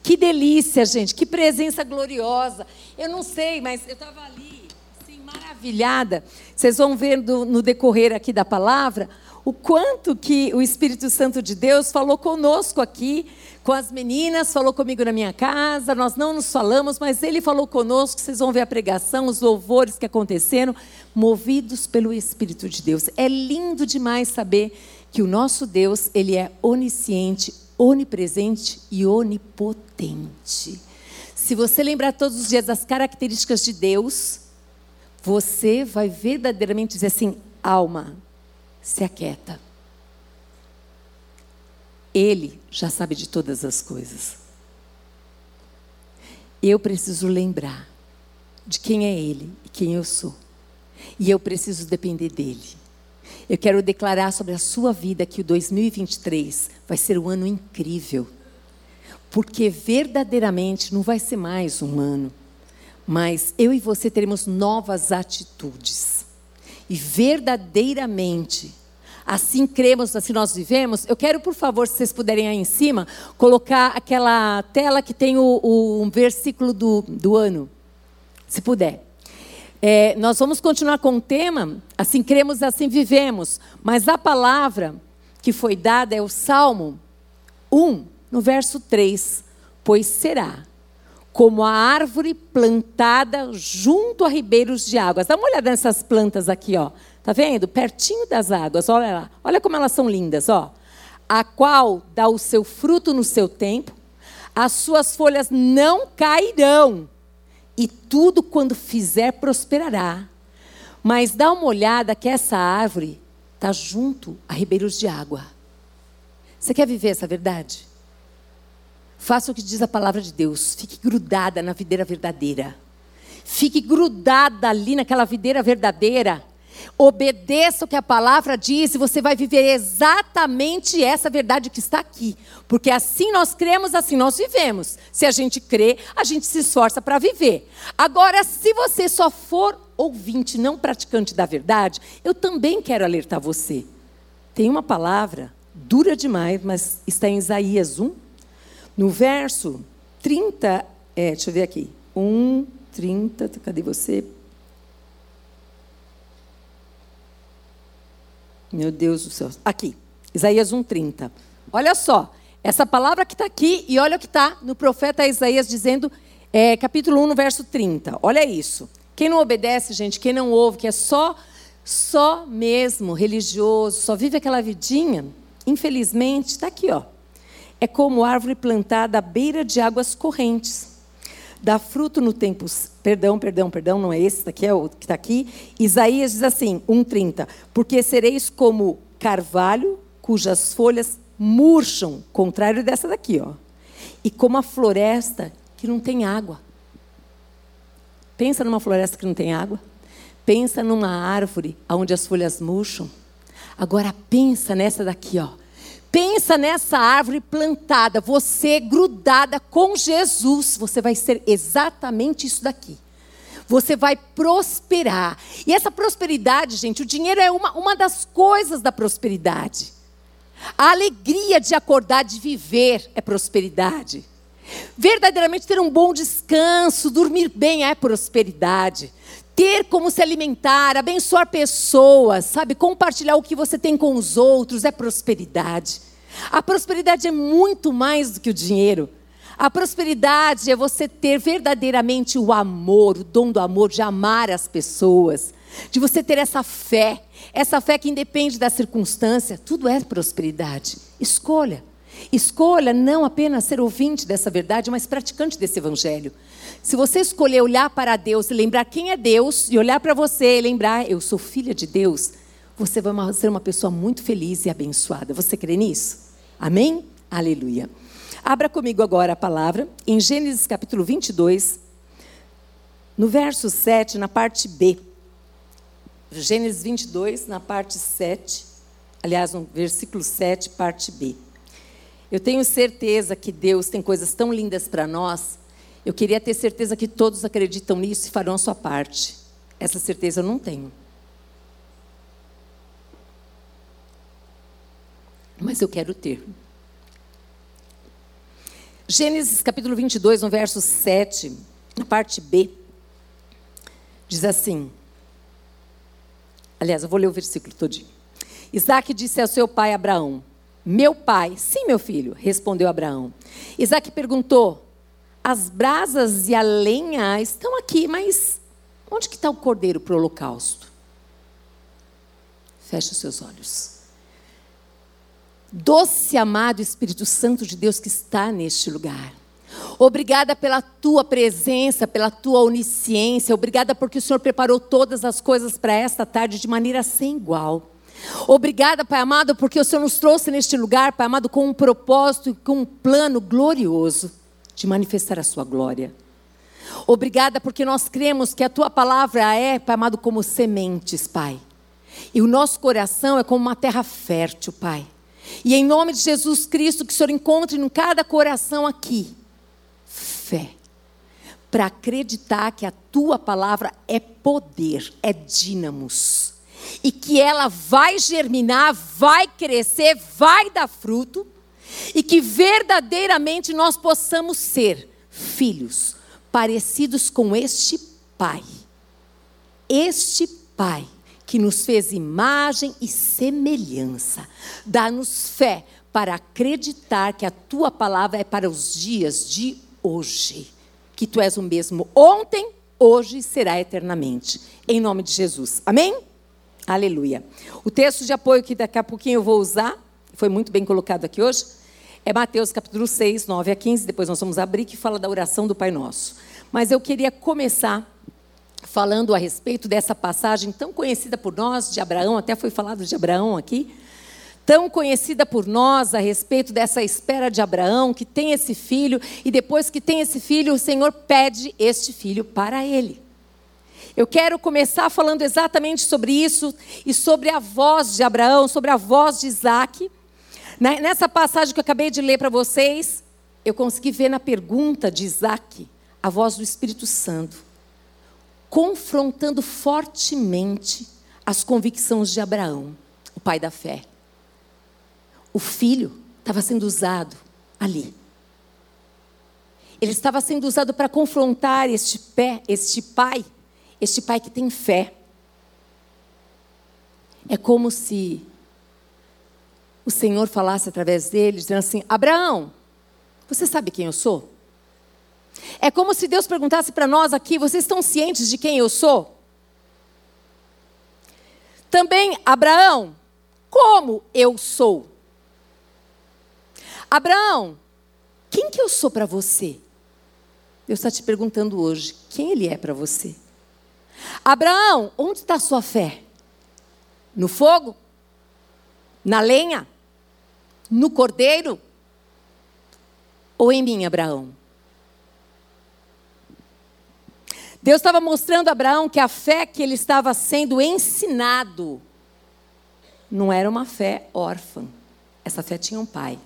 Que delícia, gente, que presença gloriosa. Eu não sei, mas eu estava ali, assim, maravilhada. Vocês vão ver no decorrer aqui da palavra, o quanto que o Espírito Santo de Deus falou conosco aqui, com as meninas, falou comigo na minha casa, nós não nos falamos, mas Ele falou conosco, vocês vão ver a pregação, os louvores que aconteceram, movidos pelo Espírito de Deus. É lindo demais saber que o nosso Deus, Ele é onisciente, onipresente e onipotente. Se você lembrar todos os dias das características de Deus, você vai verdadeiramente dizer assim, alma, se aquieta. Ele já sabe de todas as coisas. Eu preciso lembrar de quem é Ele e quem eu sou. E eu preciso depender dEle. Eu quero declarar sobre a sua vida que o 2023 vai ser um ano incrível. Porque verdadeiramente não vai ser mais um ano. Mas eu e você teremos novas atitudes. E verdadeiramente, assim cremos, assim nós vivemos. Eu quero, por favor, se vocês puderem aí em cima, colocar aquela tela que tem o versículo do ano. Se puder. Nós vamos continuar com o tema, assim cremos, assim vivemos. Mas a palavra que foi dada é o Salmo 1, no verso 3. Pois será como a árvore plantada junto a ribeiros de águas. Dá uma olhada nessas plantas aqui, ó. Tá vendo? Pertinho das águas, olha lá. Olha como elas são lindas, ó. A qual dá o seu fruto no seu tempo, as suas folhas não cairão, e tudo quando fizer prosperará. Mas dá uma olhada que essa árvore está junto a ribeiros de água. Você quer viver essa verdade? Faça o que diz a palavra de Deus. Fique grudada na videira verdadeira. Fique grudada ali naquela videira verdadeira. Obedeça o que a palavra diz e você vai viver exatamente essa verdade que está aqui. Porque assim nós cremos, assim nós vivemos. Se a gente crê, a gente se esforça para viver. Agora, se você só for ouvinte, não praticante da verdade, eu também quero alertar você. Tem uma palavra dura demais, mas está em Isaías 1. No verso 30, deixa eu ver aqui. 1, 30, cadê você? Meu Deus do céu. Aqui, Isaías 1:30. Olha só, essa palavra que está aqui e olha o que está no profeta Isaías dizendo, capítulo 1, no verso 30. Olha isso. Quem não obedece, gente, quem não ouve, que é só mesmo religioso, só vive aquela vidinha, infelizmente, está aqui, ó. É como árvore plantada à beira de águas correntes. Dá fruto no tempo... Perdão, não é esse, daqui é o que está aqui. Isaías diz assim, 1:30. Porque sereis como carvalho, cujas folhas murcham, contrário dessa daqui, ó. E como a floresta que não tem água. Pensa numa floresta que não tem água. Pensa numa árvore onde as folhas murcham. Agora pensa nessa daqui, ó. Pensa nessa árvore plantada, você grudada com Jesus, você vai ser exatamente isso daqui. Você vai prosperar. E essa prosperidade, gente, o dinheiro é uma das coisas da prosperidade. A alegria de acordar, de viver é prosperidade. Verdadeiramente ter um bom descanso, dormir bem é prosperidade. Ter como se alimentar, abençoar pessoas, sabe? Compartilhar o que você tem com os outros é prosperidade. A prosperidade é muito mais do que o dinheiro. A prosperidade é você ter verdadeiramente o amor, o dom do amor, de amar as pessoas. De você ter essa fé que independe da circunstância. Tudo é prosperidade. Escolha. Escolha não apenas ser ouvinte dessa verdade, mas praticante desse evangelho. Se você escolher olhar para Deus e lembrar quem é Deus, e olhar para você e lembrar, eu sou filha de Deus, você vai ser uma pessoa muito feliz e abençoada. Você crê nisso? Amém? Aleluia. Abra comigo agora a palavra, em Gênesis capítulo 22, no verso 7, na parte B. Gênesis 22, na parte 7, aliás, no versículo 7, parte B. Eu tenho certeza que Deus tem coisas tão lindas para nós. Eu queria ter certeza que todos acreditam nisso e farão a sua parte. Essa certeza eu não tenho. Mas eu quero ter. Gênesis capítulo 22, no verso 7, na parte B, diz assim. Aliás, eu vou ler o versículo todinho. Isaac disse ao seu pai Abraão: meu pai. Sim, meu filho, respondeu Abraão. Isaac perguntou: as brasas e a lenha estão aqui, mas onde que está o cordeiro para o holocausto? Feche os seus olhos. Doce amado Espírito Santo de Deus que está neste lugar. Obrigada pela tua presença, pela tua onisciência. Obrigada porque o Senhor preparou todas as coisas para esta tarde de maneira sem igual. Obrigada, Pai amado, porque o Senhor nos trouxe neste lugar, Pai amado, com um propósito e com um plano glorioso de manifestar a sua glória. Obrigada porque nós cremos que a tua palavra é, Pai amado, como sementes, Pai. E o nosso coração é como uma terra fértil, Pai. E em nome de Jesus Cristo, que o Senhor encontre em cada coração aqui fé, para acreditar que a tua palavra é poder, é dínamos, e que ela vai germinar, vai crescer, vai dar fruto, e que verdadeiramente nós possamos ser filhos parecidos com este Pai que nos fez imagem e semelhança. Dá-nos fé para acreditar que a tua palavra é para os dias de hoje, que tu és o mesmo ontem, hoje e será eternamente, em nome de Jesus, amém? Aleluia. O texto de apoio que daqui a pouquinho eu vou usar, foi muito bem colocado aqui hoje, é Mateus capítulo 6, 9 a 15, depois nós vamos abrir, que fala da oração do Pai Nosso. Mas eu queria começar falando a respeito dessa passagem tão conhecida por nós, de Abraão, até foi falado de Abraão aqui, tão conhecida por nós a respeito dessa espera de Abraão, que tem esse filho, e depois que tem esse filho, o Senhor pede este filho para ele. Eu quero começar falando exatamente sobre isso, e sobre a voz de Abraão, sobre a voz de Isaac. Nessa passagem que eu acabei de ler para vocês, eu consegui ver na pergunta de Isaac, a voz do Espírito Santo, confrontando fortemente as convicções de Abraão, o pai da fé. O filho estava sendo usado ali. Ele estava sendo usado para confrontar este pai que tem fé. É como se o Senhor falasse através dele, dizendo assim: Abraão, você sabe quem eu sou? É como se Deus perguntasse para nós aqui: vocês estão cientes de quem eu sou? Também, Abraão, como eu sou? Abraão, quem que eu sou para você? Deus está te perguntando hoje, quem Ele é para você? Abraão, onde está a sua fé? No fogo? Na lenha? No cordeiro? Ou em mim, Abraão? Deus estava mostrando a Abraão que a fé que ele estava sendo ensinado não era uma fé órfã. Essa fé tinha um pai.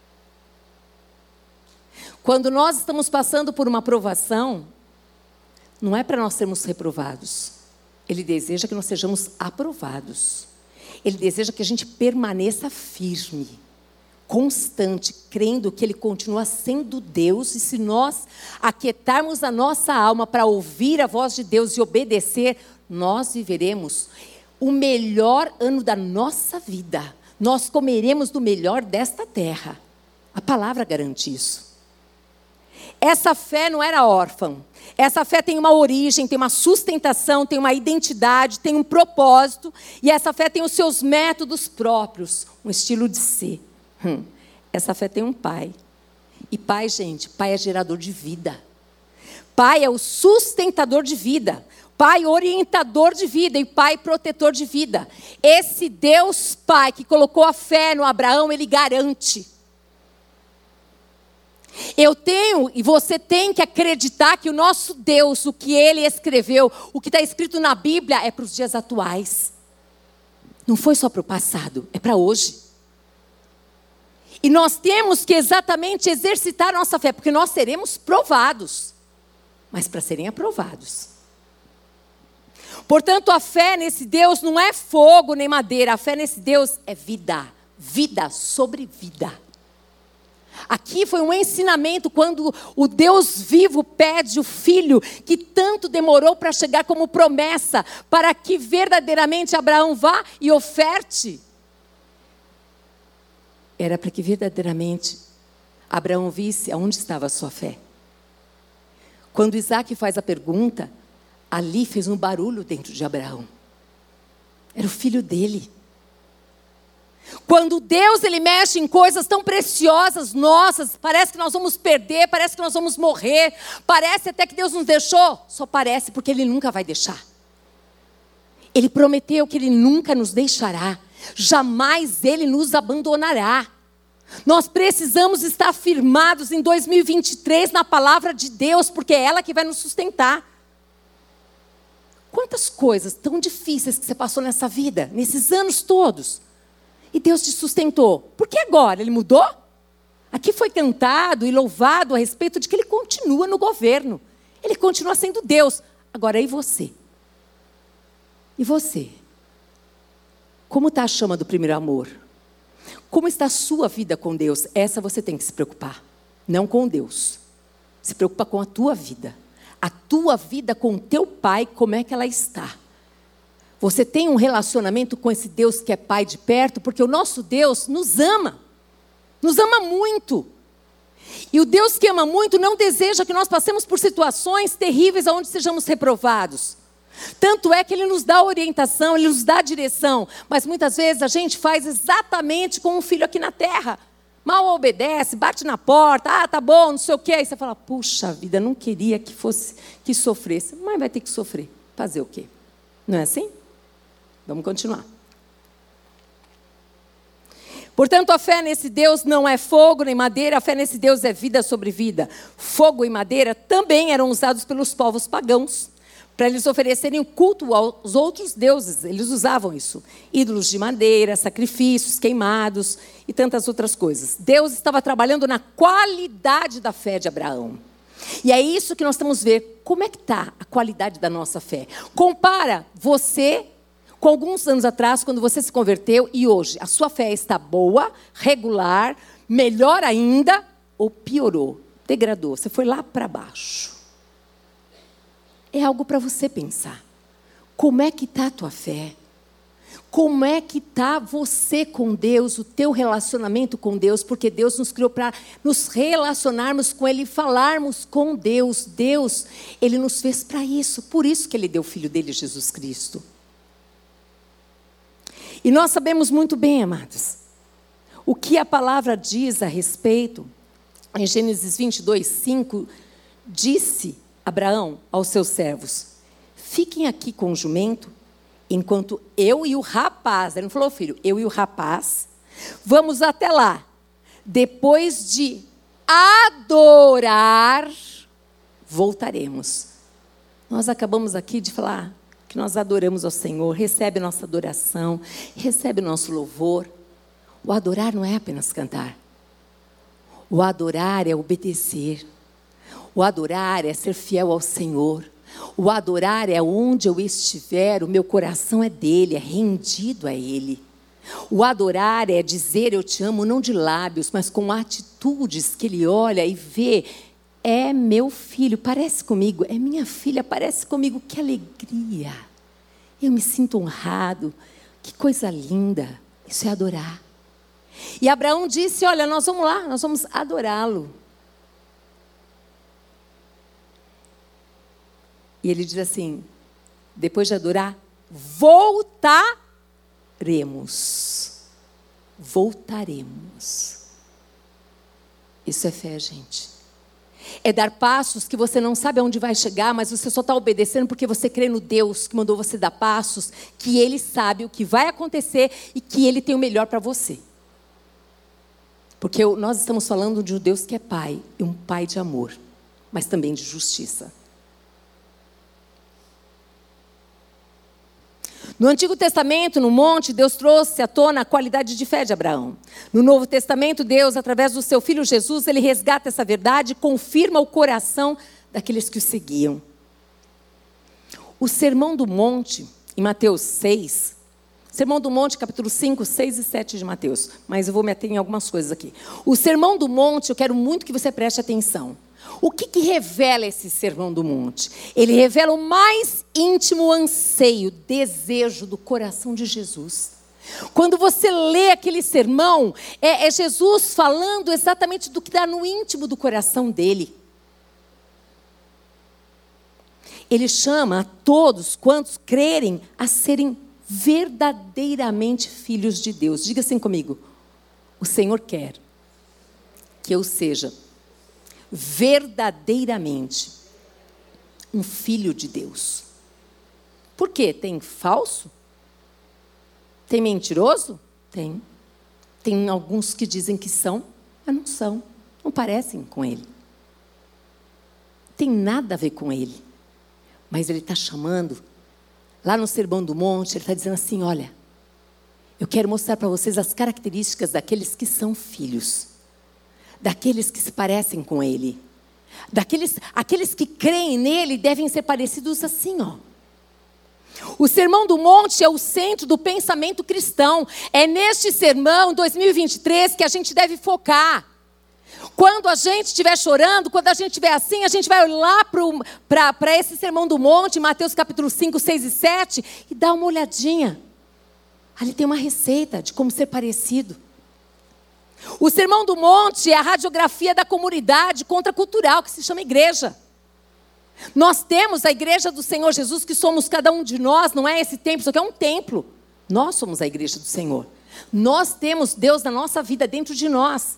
Quando nós estamos passando por uma provação, não é para nós sermos reprovados. Ele deseja que nós sejamos aprovados. Ele deseja que a gente permaneça firme, constante, crendo que Ele continua sendo Deus. E se nós aquietarmos a nossa alma para ouvir a voz de Deus e obedecer, nós viveremos o melhor ano da nossa vida. Nós comeremos do melhor desta terra. A palavra garante isso. Essa fé não era órfã. Essa fé tem uma origem, tem uma sustentação, tem uma identidade, tem um propósito. E essa fé tem os seus métodos próprios, um estilo de ser. Essa fé tem um pai. E pai, gente, pai é gerador de vida. Pai é o sustentador de vida. Pai orientador de vida e pai protetor de vida. Esse Deus Pai que colocou a fé no Abraão, Ele garante. Eu tenho e você tem que acreditar que o nosso Deus, o que Ele escreveu, o que está escrito na Bíblia é para os dias atuais. Não foi só para o passado, é para hoje. E nós temos que exatamente exercitar a nossa fé, porque nós seremos provados, mas para serem aprovados. Portanto, a fé nesse Deus não é fogo nem madeira, a fé nesse Deus é vida, vida sobre vida. Aqui foi um ensinamento quando o Deus vivo pede o filho que tanto demorou para chegar como promessa, para que verdadeiramente Abraão vá e oferte. Era para que verdadeiramente Abraão visse aonde estava a sua fé. Quando Isaac faz a pergunta, ali fez um barulho dentro de Abraão. Era o filho dele. Quando Deus ele mexe em coisas tão preciosas nossas, parece que nós vamos perder, parece que nós vamos morrer, parece até que Deus nos deixou, só parece porque Ele nunca vai deixar. Ele prometeu que Ele nunca nos deixará, jamais Ele nos abandonará. Nós precisamos estar firmados em 2023 na palavra de Deus, porque é ela que vai nos sustentar. Quantas coisas tão difíceis que você passou nessa vida, nesses anos todos, e Deus te sustentou. Por que agora? Ele mudou? Aqui foi cantado e louvado a respeito de que Ele continua no governo. Ele continua sendo Deus. Agora, e você? E você? Como está a chama do primeiro amor? Como está a sua vida com Deus? Essa você tem que se preocupar. Não com Deus. Se preocupa com a tua vida. A tua vida com o teu pai, como é que ela está? Você tem um relacionamento com esse Deus que é pai de perto? Porque o nosso Deus nos ama muito. E o Deus que ama muito não deseja que nós passemos por situações terríveis onde sejamos reprovados. Tanto é que Ele nos dá orientação, Ele nos dá direção, mas muitas vezes a gente faz exatamente como um filho aqui na terra. Mal obedece, bate na porta, tá bom, não sei o quê. Aí você fala, puxa vida, não queria que sofresse, mas vai ter que sofrer. Fazer o quê? Não é assim? Vamos continuar. Portanto, a fé nesse Deus não é fogo nem madeira, a fé nesse Deus é vida sobre vida. Fogo e madeira também eram usados pelos povos pagãos, para eles oferecerem culto aos outros deuses. Eles usavam isso. Ídolos de madeira, sacrifícios, queimados e tantas outras coisas. Deus estava trabalhando na qualidade da fé de Abraão. E é isso que nós estamos vendo. Como é que está a qualidade da nossa fé? Compara você com alguns anos atrás, quando você se converteu, e hoje. A sua fé está boa, regular, melhor ainda, ou piorou, degradou. Você foi lá para baixo. É algo para você pensar. Como é que está a tua fé? Como é que está você com Deus, o teu relacionamento com Deus? Porque Deus nos criou para nos relacionarmos com Ele e falarmos com Deus. Deus, Ele nos fez para isso. Por isso que Ele deu o Filho dele, Jesus Cristo. E nós sabemos muito bem, amados, o que a palavra diz a respeito. Em Gênesis 22, 5, disse Abraão aos seus servos, fiquem aqui com o jumento, enquanto eu e o rapaz, ele não falou filho, eu e o rapaz, vamos até lá. Depois de adorar, voltaremos. Nós acabamos aqui de falar que nós adoramos ao Senhor, recebe nossa adoração, recebe nosso louvor. O adorar não é apenas cantar. O adorar é obedecer. O adorar é ser fiel ao Senhor. O adorar é onde eu estiver, o meu coração é dele, é rendido a Ele. O adorar é dizer eu te amo, não de lábios, mas com atitudes que Ele olha e vê. É meu filho, parece comigo, é minha filha, parece comigo, que alegria. Eu me sinto honrado, que coisa linda. Isso é adorar. E Abraão disse, olha, nós vamos lá, nós vamos adorá-lo. E ele diz assim, depois de adorar, voltaremos. Voltaremos. Isso é fé, gente. É dar passos que você não sabe aonde vai chegar, mas você só está obedecendo porque você crê no Deus que mandou você dar passos, que Ele sabe o que vai acontecer e que Ele tem o melhor para você. Porque nós estamos falando de um Deus que é Pai, e um Pai de amor, mas também de justiça. No Antigo Testamento, no monte, Deus trouxe à tona a qualidade de fé de Abraão. No Novo Testamento, Deus, através do seu Filho Jesus, Ele resgata essa verdade e confirma o coração daqueles que o seguiam. O Sermão do Monte, em Mateus 6, Sermão do Monte, capítulo 5, 6 e 7 de Mateus. Mas eu vou me ater em algumas coisas aqui. O Sermão do Monte, eu quero muito que você preste atenção. O que revela esse Sermão do Monte? Ele revela o mais íntimo anseio, desejo do coração de Jesus. Quando você lê aquele sermão, é Jesus falando exatamente do que dá no íntimo do coração dele. Ele chama a todos quantos crerem a serem verdadeiramente filhos de Deus. Diga assim comigo: o Senhor quer que eu seja verdadeiramente um filho de Deus. Por quê? Tem falso? Tem mentiroso? Tem. Tem alguns que dizem que são, mas não são. Não parecem com ele. Tem nada a ver com ele. Mas ele está chamando, lá no Sermão do Monte, ele está dizendo assim: olha, eu quero mostrar para vocês as características daqueles que são filhos. Daqueles que se parecem com ele. Aqueles que creem nele devem ser parecidos assim, ó. O Sermão do Monte é o centro do pensamento cristão. É neste sermão, 2023, que a gente deve focar. Quando a gente estiver chorando, quando a gente estiver assim, a gente vai lá para esse Sermão do Monte, Mateus capítulo 5, 6 e 7, e dá uma olhadinha. Ali tem uma receita de como ser parecido. O Sermão do Monte é a radiografia da comunidade contracultural, que se chama igreja. Nós temos a igreja do Senhor Jesus, que somos cada um de nós, não é esse templo, isso aqui é um templo. Nós somos a igreja do Senhor. Nós temos Deus na nossa vida, dentro de nós.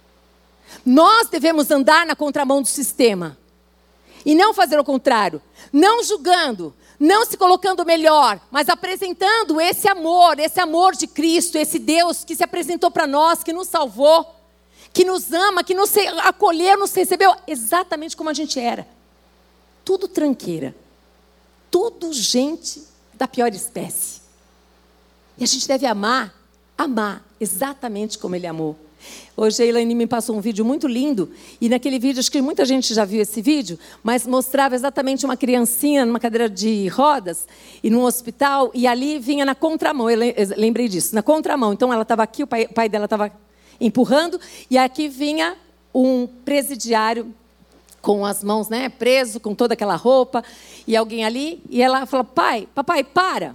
Nós devemos andar na contramão do sistema. E não fazer o contrário. Não julgando, não se colocando melhor, mas apresentando esse amor de Cristo, esse Deus que se apresentou para nós, que nos salvou, que nos ama, que nos acolheu, nos recebeu exatamente como a gente era. Tudo tranqueira. Tudo gente da pior espécie. E a gente deve amar exatamente como Ele amou. Hoje a Elaine me passou um vídeo muito lindo, e naquele vídeo, acho que muita gente já viu esse vídeo, mas mostrava exatamente uma criancinha numa cadeira de rodas, e num hospital, e ali vinha na contramão, eu lembrei disso, na contramão. Então ela estava aqui, o pai dela estava empurrando, e aqui vinha um presidiário, com as mãos, né, preso, com toda aquela roupa, e alguém ali, e ela fala: papai, para.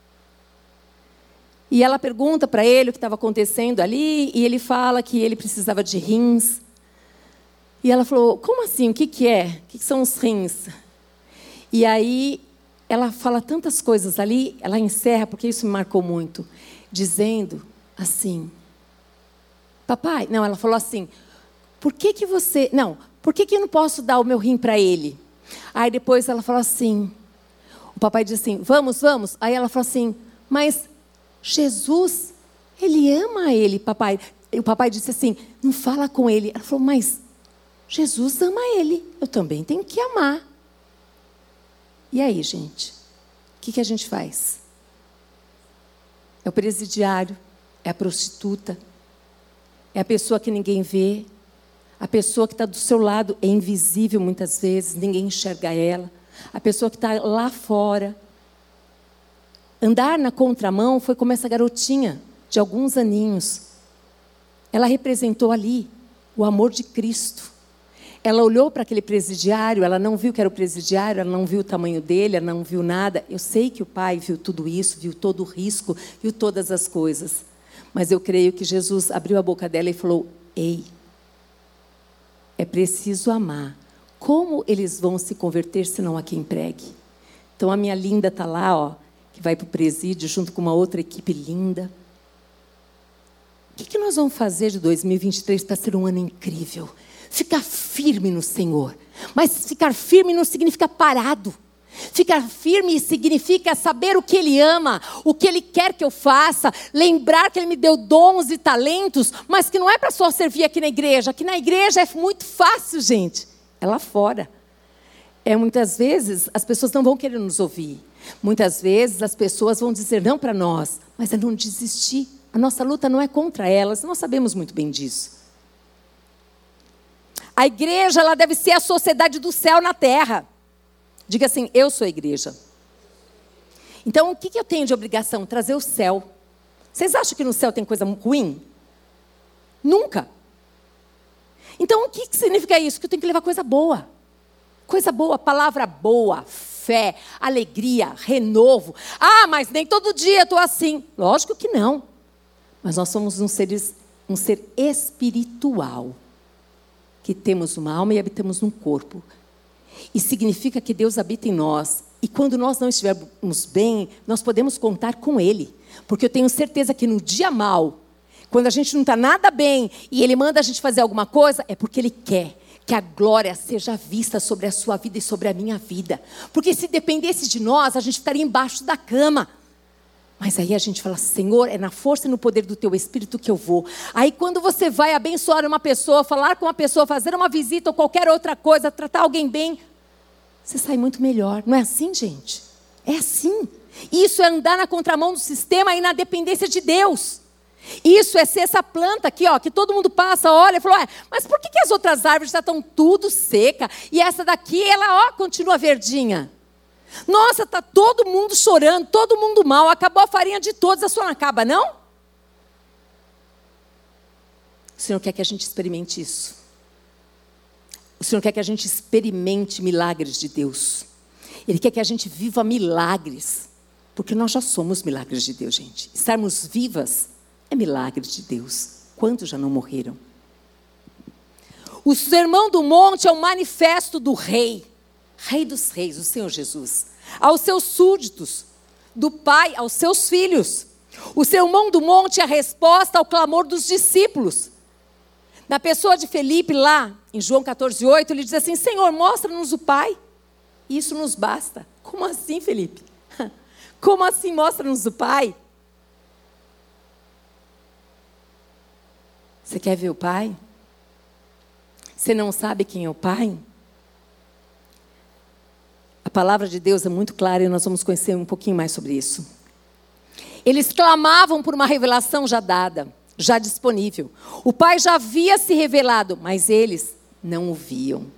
E ela pergunta para ele o que estava acontecendo ali, e ele fala que ele precisava de rins. E ela falou: como assim? O que é? O que são os rins? E aí ela fala tantas coisas ali, ela encerra, porque isso me marcou muito, dizendo assim: papai, não, ela falou assim: por que eu não posso dar o meu rim para ele? Aí depois ela falou assim, o papai disse assim: vamos. Aí ela falou assim: mas Jesus, Ele ama ele, papai. E o papai disse assim: não fala com ele. Ela falou: mas Jesus ama ele, eu também tenho que amar. E aí, gente, o que a gente faz? É o presidiário, é a prostituta, é a pessoa que ninguém vê, a pessoa que está do seu lado é invisível muitas vezes, ninguém enxerga ela, a pessoa que está lá fora. Andar na contramão foi como essa garotinha de alguns aninhos. Ela representou ali o amor de Cristo. Ela olhou para aquele presidiário, ela não viu que era o presidiário, ela não viu o tamanho dele, ela não viu nada. Eu sei que o pai viu tudo isso, viu todo o risco, viu todas as coisas. Mas eu creio que Jesus abriu a boca dela e falou: ei, é preciso amar. Como eles vão se converter se não há quem pregue? Então a minha linda está lá, ó, que vai para o presídio junto com uma outra equipe linda. O que nós vamos fazer de 2023 para ser um ano incrível? Ficar firme no Senhor. Mas ficar firme não significa parado. Ficar firme significa saber o que Ele ama, o que Ele quer que eu faça, lembrar que Ele me deu dons e talentos, mas que não é para só servir aqui na igreja. Aqui na igreja é muito fácil, gente. É lá fora. Muitas vezes as pessoas não vão querer nos ouvir. Muitas vezes as pessoas vão dizer não para nós, mas é não desistir. A nossa luta não é contra elas, nós sabemos muito bem disso. A igreja, ela deve ser a sociedade do céu na terra. Diga assim: eu sou a igreja. Então, o que eu tenho de obrigação? Trazer o céu. Vocês acham que no céu tem coisa ruim? Nunca. Então, o que significa isso? Que eu tenho que levar coisa boa. Coisa boa, palavra boa, fé, alegria, renovo. Ah, mas nem todo dia eu estou assim. Lógico que não. Mas nós somos um ser espiritual. Que temos uma alma e habitamos num corpo. E significa que Deus habita em nós. E quando nós não estivermos bem, nós podemos contar com Ele. Porque eu tenho certeza que no dia mau, quando a gente não está nada bem, e Ele manda a gente fazer alguma coisa, é porque Ele quer que a glória seja vista sobre a sua vida e sobre a minha vida. Porque se dependesse de nós, a gente estaria embaixo da cama. Mas aí a gente fala, Senhor, é na força e no poder do Teu Espírito que eu vou. Aí quando você vai abençoar uma pessoa, falar com uma pessoa, fazer uma visita ou qualquer outra coisa, tratar alguém bem, você sai muito melhor. Não é assim, gente? É assim. Isso é andar na contramão do sistema e na dependência de Deus. Isso é ser essa planta aqui, ó, que todo mundo passa, olha e fala, mas por que as outras árvores já estão tudo seca e essa daqui, ela, ó, continua verdinha? Nossa, está todo mundo chorando, todo mundo mal, acabou a farinha de todos, a sua não acaba, não? O Senhor quer que a gente experimente isso. O Senhor quer que a gente experimente milagres de Deus. Ele quer que a gente viva milagres, porque nós já somos milagres de Deus, gente. Estarmos vivas é milagre de Deus. Quantos já não morreram? O Sermão do Monte é o manifesto do Rei. Rei dos reis, o Senhor Jesus. Aos seus súditos. Do Pai aos seus filhos. O Sermão do Monte é a resposta ao clamor dos discípulos. Na pessoa de Felipe lá, em João 14:8, ele diz assim, Senhor, mostra-nos o Pai. Isso nos basta. Como assim, Felipe? Como assim mostra-nos o Pai? Você quer ver o Pai? Você não sabe quem é o Pai? A palavra de Deus é muito clara e nós vamos conhecer um pouquinho mais sobre isso. Eles clamavam por uma revelação já dada, já disponível. O Pai já havia se revelado, mas eles não o viam.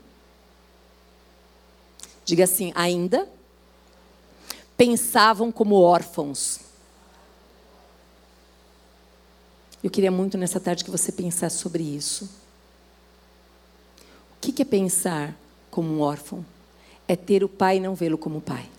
Diga assim, ainda pensavam como órfãos. Eu queria muito nessa tarde que você pensasse sobre isso. O que é pensar como um órfão? É ter o pai e não vê-lo como pai.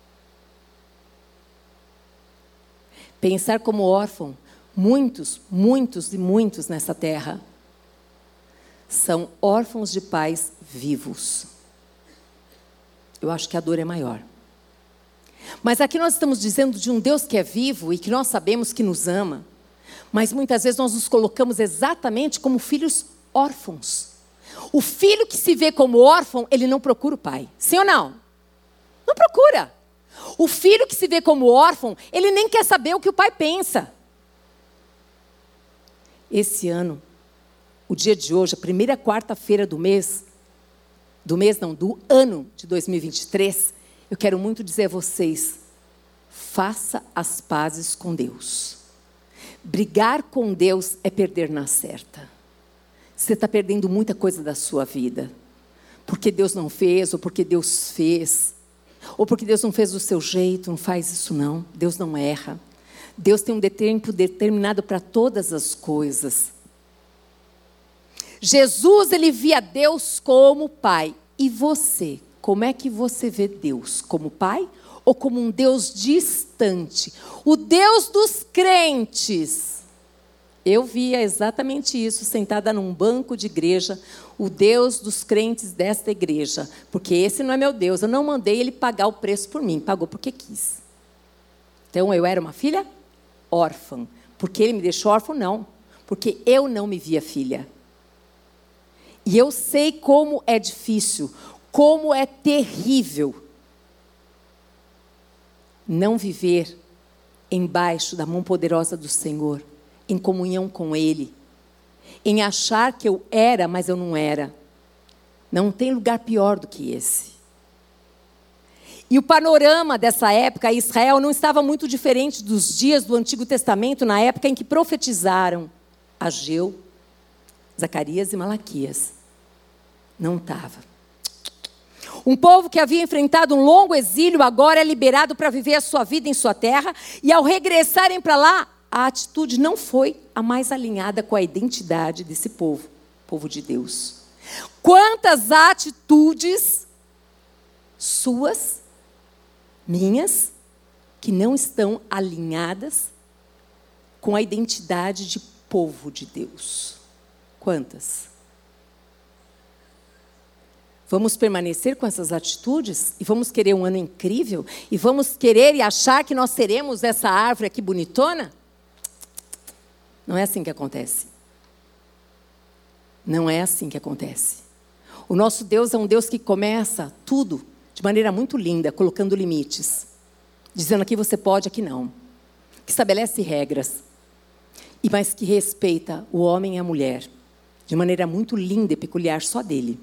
Pensar como órfão, muitos nessa terra são órfãos de pais vivos. Eu acho que a dor é maior. Mas aqui nós estamos dizendo de um Deus que é vivo e que nós sabemos que nos ama. Mas muitas vezes nós nos colocamos exatamente como filhos órfãos. O filho que se vê como órfão, ele não procura o pai. Sim ou não? Não procura. O filho que se vê como órfão, ele nem quer saber o que o pai pensa. Esse ano, o dia de hoje, a primeira quarta-feira do ano de 2023, eu quero muito dizer a vocês, faça as pazes com Deus. Brigar com Deus é perder na certa. Você está perdendo muita coisa da sua vida. Porque Deus não fez, ou porque Deus fez. Ou porque Deus não fez do seu jeito, não faz isso não. Deus não erra. Deus tem um tempo determinado para todas as coisas. Jesus, ele via Deus como Pai. E você, como é que você vê Deus? Como Pai ou como um Deus distante? O Deus dos crentes. Eu via exatamente isso, sentada num banco de igreja, o Deus dos crentes desta igreja. Porque esse não é meu Deus, eu não mandei ele pagar o preço por mim, pagou porque quis. Então eu era uma filha órfã. Porque ele me deixou órfã? Não. Porque eu não me via filha. E eu sei como é difícil, como é terrível não viver embaixo da mão poderosa do Senhor, em comunhão com Ele, em achar que eu era, mas eu não era. Não tem lugar pior do que esse. E o panorama dessa época, Israel, não estava muito diferente dos dias do Antigo Testamento, na época em que profetizaram Ageu, Zacarias e Malaquias. Não estava. Um povo que havia enfrentado um longo exílio, agora é liberado para viver a sua vida em sua terra. E ao regressarem para lá, a atitude não foi a mais alinhada com a identidade desse povo, povo de Deus. Quantas atitudes suas, minhas, que não estão alinhadas com a identidade de povo de Deus? Quantas? Vamos permanecer com essas atitudes? E vamos querer um ano incrível? E vamos querer e achar que nós teremos essa árvore aqui bonitona? Não é assim que acontece. Não é assim que acontece. O nosso Deus é um Deus que começa tudo de maneira muito linda, colocando limites. Dizendo aqui você pode, aqui não. Que estabelece regras. Mas que respeita o homem e a mulher. De maneira muito linda e peculiar, só dele.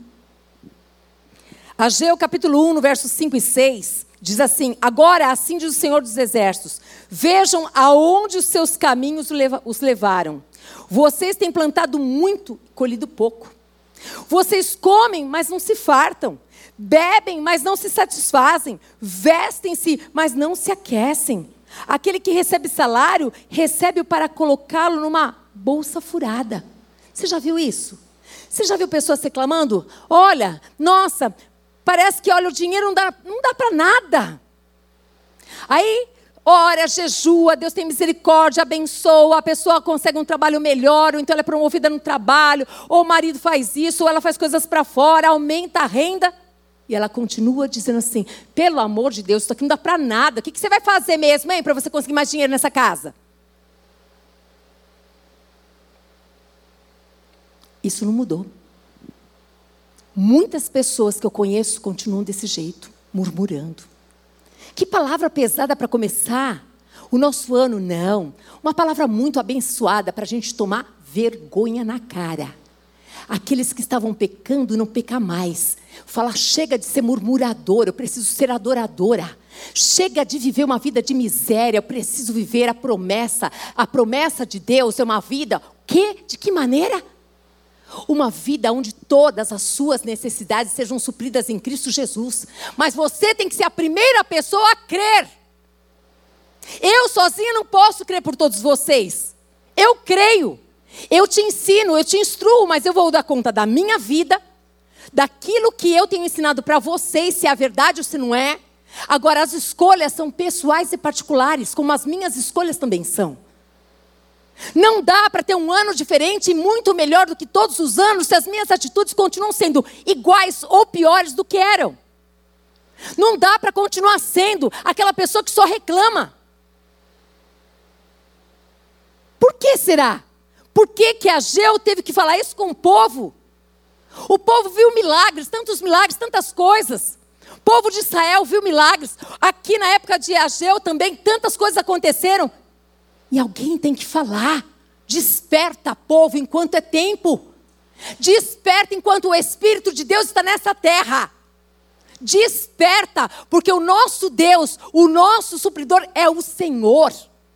Ageu capítulo 1, no versos 5 e 6, diz assim: agora assim diz o Senhor dos Exércitos, vejam aonde os seus caminhos os levaram. Vocês têm plantado muito e colhido pouco. Vocês comem, mas não se fartam. Bebem, mas não se satisfazem. Vestem-se, mas não se aquecem. Aquele que recebe salário, recebe-o para colocá-lo numa bolsa furada. Você já viu isso? Você já viu pessoas reclamando? Olha, nossa, parece que o dinheiro não dá para nada. Aí, ora, jejua, Deus tem misericórdia, abençoa, a pessoa consegue um trabalho melhor, ou então ela é promovida no trabalho, ou o marido faz isso, ou ela faz coisas para fora, aumenta a renda. E ela continua dizendo assim: pelo amor de Deus, isso aqui não dá para nada. O que você vai fazer mesmo, hein, para você conseguir mais dinheiro nessa casa? Isso não mudou. Muitas pessoas que eu conheço continuam desse jeito, murmurando. Que palavra pesada para começar o nosso ano, não. Uma palavra muito abençoada para a gente tomar vergonha na cara. Aqueles que estavam pecando, não pecar mais. Fala, chega de ser murmurador, eu preciso ser adoradora. Chega de viver uma vida de miséria, eu preciso viver a promessa. A promessa de Deus é uma vida, o quê? De que maneira? Uma vida onde todas as suas necessidades sejam supridas em Cristo Jesus. Mas você tem que ser a primeira pessoa a crer. Eu sozinha não posso crer por todos vocês. Eu creio. Eu te ensino, eu te instruo, mas eu vou dar conta da minha vida, daquilo que eu tenho ensinado para vocês, se é a verdade ou se não é. Agora, as escolhas são pessoais e particulares, como as minhas escolhas também são. Não dá para ter um ano diferente e muito melhor do que todos os anos se as minhas atitudes continuam sendo iguais ou piores do que eram. Não dá para continuar sendo aquela pessoa que só reclama. Por que será? Por que Ageu teve que falar isso com o povo? O povo viu milagres, tantas coisas. O povo de Israel viu milagres. Aqui na época de Ageu também tantas coisas aconteceram. E alguém tem que falar. Desperta, povo, enquanto é tempo. Desperta enquanto o Espírito de Deus está nessa terra. Desperta, porque o nosso Deus, o nosso supridor é o Senhor.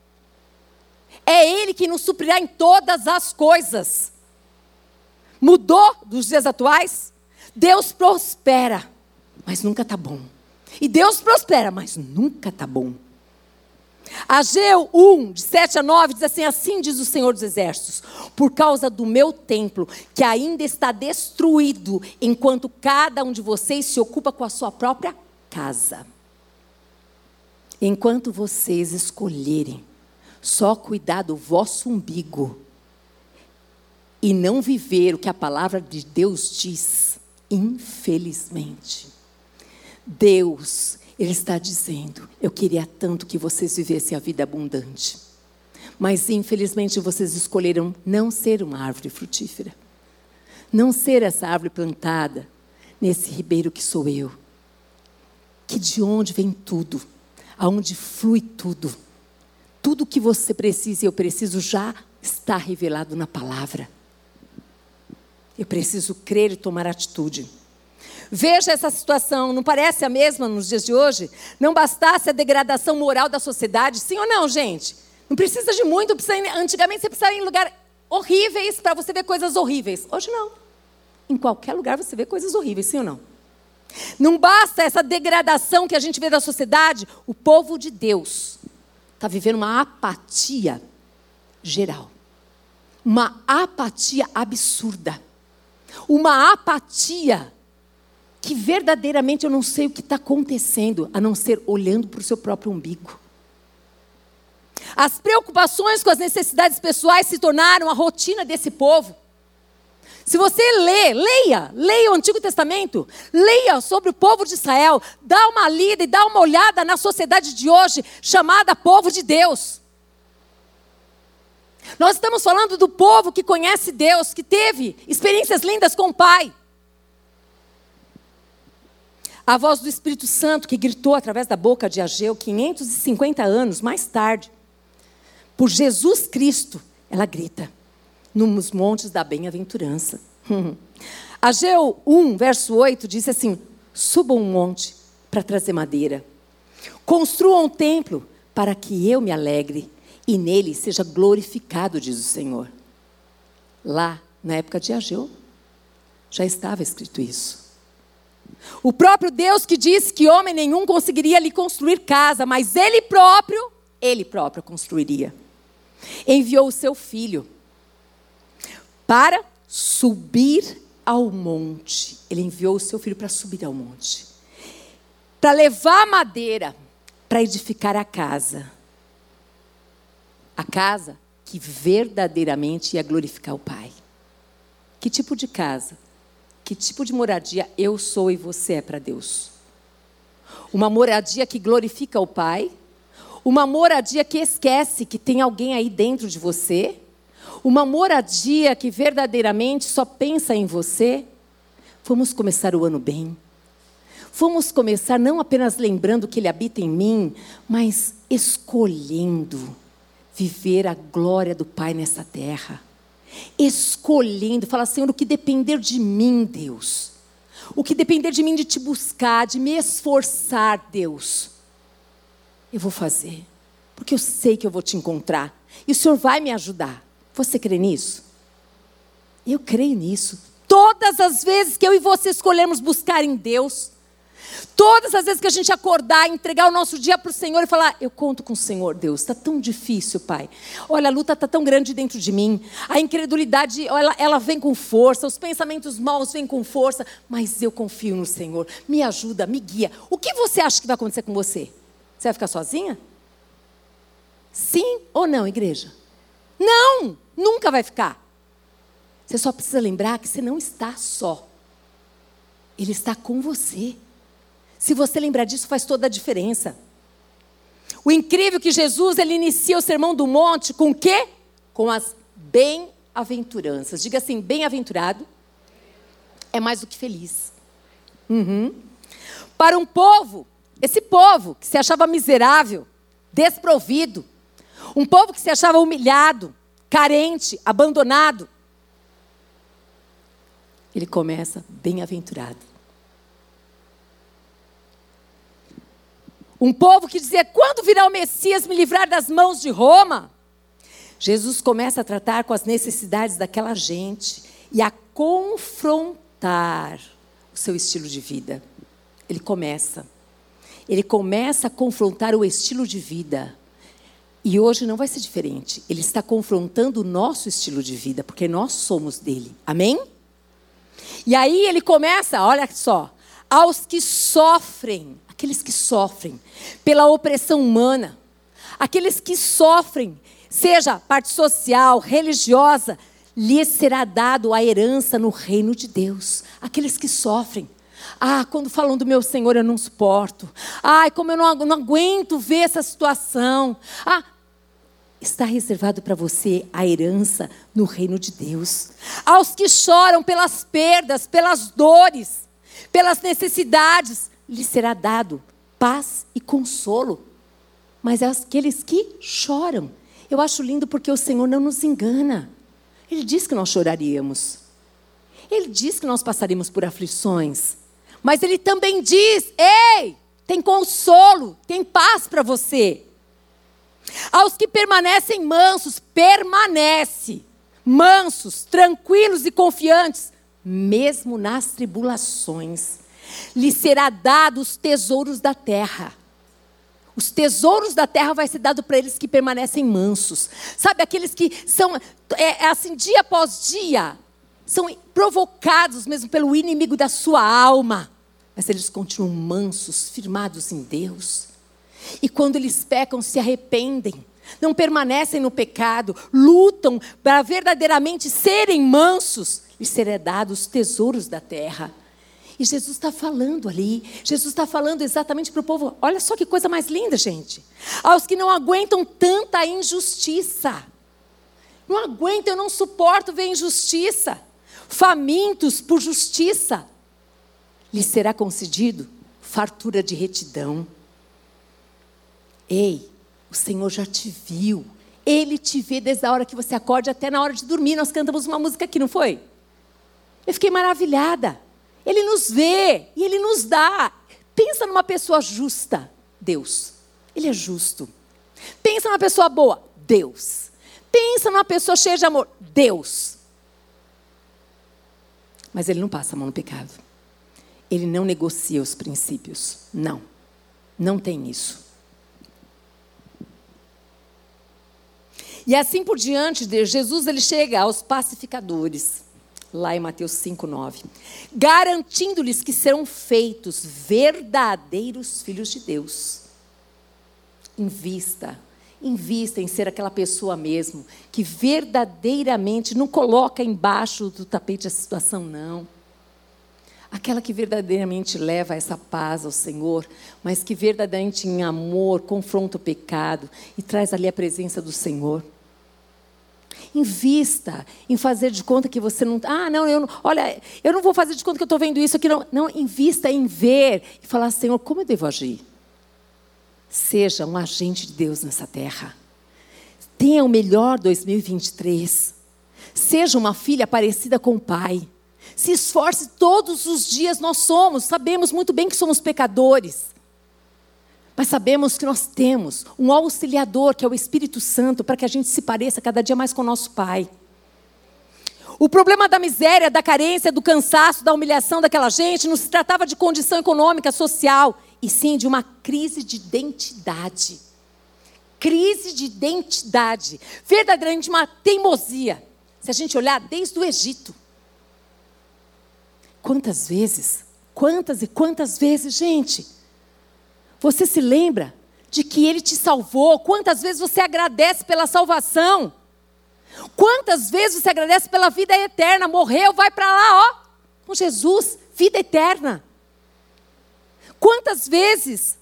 É Ele que nos suprirá em todas as coisas. Mudou dos dias atuais? Deus prospera, mas nunca está bom. E Deus prospera, mas nunca está bom. Ageu 1, de 7 a 9, diz assim: assim diz o Senhor dos Exércitos, por causa do meu templo, que ainda está destruído, enquanto cada um de vocês se ocupa com a sua própria casa. Enquanto vocês escolherem só cuidar do vosso umbigo e não viver o que a palavra de Deus diz, infelizmente, Deus, Ele está dizendo: eu queria tanto que vocês vivessem a vida abundante, mas infelizmente vocês escolheram não ser uma árvore frutífera, não ser essa árvore plantada nesse ribeiro que sou eu, que de onde vem tudo, aonde flui tudo. Tudo que você precisa e eu preciso já está revelado na palavra. Eu preciso crer e tomar atitude. Veja essa situação, não parece a mesma nos dias de hoje? Não bastasse a degradação moral da sociedade, sim ou não, gente? Não precisa de muito, antigamente você precisava ir em lugares horríveis para você ver coisas horríveis. Hoje não. Em qualquer lugar você vê coisas horríveis, sim ou não? Não basta essa degradação que a gente vê da sociedade, o povo de Deus está vivendo uma apatia geral. Uma apatia absurda. Uma apatia que verdadeiramente eu não sei o que está acontecendo, a não ser olhando para o seu próprio umbigo. As preocupações com as necessidades pessoais se tornaram a rotina desse povo. Se você leia o Antigo Testamento, leia sobre o povo de Israel, dá uma lida e dá uma olhada na sociedade de hoje, chamada povo de Deus. Nós estamos falando do povo que conhece Deus, que teve experiências lindas com o Pai. A voz do Espírito Santo que gritou através da boca de Ageu, 550 anos mais tarde, por Jesus Cristo, ela grita nos montes da bem-aventurança. Ageu 1, verso 8, diz assim: subam um monte para trazer madeira. Construam um templo para que eu me alegre e nele seja glorificado, diz o Senhor. Lá, na época de Ageu, já estava escrito isso. O próprio Deus que disse que homem nenhum conseguiria lhe construir casa, mas Ele próprio construiria. Enviou o seu filho para subir ao monte. Ele enviou o seu filho para subir ao monte. Para levar madeira, para edificar a casa. A casa que verdadeiramente ia glorificar o Pai. Que tipo de casa? Que tipo de moradia eu sou e você é para Deus? Uma moradia que glorifica o Pai? Uma moradia que esquece que tem alguém aí dentro de você? Uma moradia que verdadeiramente só pensa em você? Vamos começar o ano bem. Vamos começar não apenas lembrando que Ele habita em mim, mas escolhendo viver a glória do Pai nessa terra. Escolhendo, fala: Senhor, o que depender de mim, Deus. O que depender de mim, de te buscar, de me esforçar, Deus, eu vou fazer. Porque eu sei que eu vou te encontrar. E o Senhor vai me ajudar. Você crê nisso? Eu creio nisso. Todas as vezes que eu e você escolhermos buscar em Deus, todas as vezes que a gente acordar, entregar o nosso dia para o Senhor e falar: eu conto com o Senhor, Deus, está tão difícil, Pai. Olha, a luta está tão grande dentro de mim. A incredulidade, ela vem com força. Os pensamentos maus vêm com força. Mas eu confio no Senhor. Me ajuda, me guia. O que você acha que vai acontecer com você? Você vai ficar sozinha? Sim ou não, igreja? Não, nunca vai ficar. Você só precisa lembrar que você não está só. Ele está com você. Se você lembrar disso, faz toda a diferença. O incrível é que Jesus, ele inicia o Sermão do Monte com o quê? Com as bem-aventuranças. Diga assim: bem-aventurado é mais do que feliz. Para um povo, esse povo que se achava miserável, desprovido, um povo que se achava humilhado, carente, abandonado, ele começa: bem-aventurado. Um povo que dizia: quando virá o Messias me livrar das mãos de Roma? Jesus começa a tratar com as necessidades daquela gente e a confrontar o seu estilo de vida. Ele começa a confrontar o estilo de vida. E hoje não vai ser diferente. Ele está confrontando o nosso estilo de vida, porque nós somos dele. Amém? E aí ele começa, olha só, aos que sofrem, aqueles que sofrem pela opressão humana, aqueles que sofrem, seja parte social, religiosa, lhes será dado a herança no reino de Deus. Aqueles que sofrem. Ah, quando falam do meu Senhor eu não suporto. Ai, como eu não aguento ver essa situação. Ah, está reservado para você a herança no reino de Deus. Aos que choram pelas perdas, pelas dores, pelas necessidades, lhes será dado paz e consolo. Mas é aqueles que choram. Eu acho lindo porque o Senhor não nos engana. Ele diz que nós choraríamos. Ele diz que nós passaríamos por aflições. Mas Ele também diz: ei, tem consolo, tem paz para você. Aos que permanecem mansos, permanece. Mansos, tranquilos e confiantes, mesmo nas tribulações. Lhe será dado os tesouros da terra. Os tesouros da terra vai ser dado para eles que permanecem mansos. Sabe, aqueles que são, assim, dia após dia, são provocados mesmo pelo inimigo da sua alma. Mas eles continuam mansos, firmados em Deus. E quando eles pecam, se arrependem. Não permanecem no pecado. Lutam para verdadeiramente serem mansos. Lhes será dados os tesouros da terra. E Jesus está falando ali, Jesus está falando exatamente para o povo. Olha só que coisa mais linda, gente. Aos que não aguentam tanta injustiça. Não aguento, eu não suporto ver injustiça. Famintos por justiça. Lhes será concedido fartura de retidão. Ei, o Senhor já te viu. Ele te vê desde a hora que você acorda até na hora de dormir. Nós cantamos uma música aqui, não foi? Eu fiquei maravilhada. Ele nos vê e Ele nos dá. Pensa numa pessoa justa, Deus. Ele é justo. Pensa numa pessoa boa, Deus. Pensa numa pessoa cheia de amor, Deus. Mas Ele não passa a mão no pecado. Ele não negocia os princípios. Não. Não tem isso. E assim por diante, Jesus ele chega aos pacificadores. Lá em Mateus 5:9, garantindo-lhes que serão feitos verdadeiros filhos de Deus. Invista em ser aquela pessoa mesmo, que verdadeiramente não coloca embaixo do tapete a situação, não. Aquela que verdadeiramente leva essa paz ao Senhor, mas que verdadeiramente em amor confronta o pecado e traz ali a presença do Senhor. Invista em fazer de conta que você não... eu não vou fazer de conta que eu estou vendo isso aqui. Não, invista em ver e falar, Senhor, como eu devo agir? Seja um agente de Deus nessa terra. Tenha o melhor 2023. Seja uma filha parecida com o Pai. Se esforce todos os dias, sabemos muito bem que somos pecadores. Mas sabemos que nós temos um auxiliador, que é o Espírito Santo, para que a gente se pareça cada dia mais com o nosso Pai. O problema da miséria, da carência, do cansaço, da humilhação daquela gente, não se tratava de condição econômica, social, e sim de uma crise de identidade. Crise de identidade. Verdadeiramente uma teimosia. Se a gente olhar desde o Egito. Quantas e quantas vezes, gente... Você se lembra de que Ele te salvou? Quantas vezes você agradece pela salvação? Quantas vezes você agradece pela vida eterna? Morreu, vai para lá, com Jesus, vida eterna. Quantas vezes?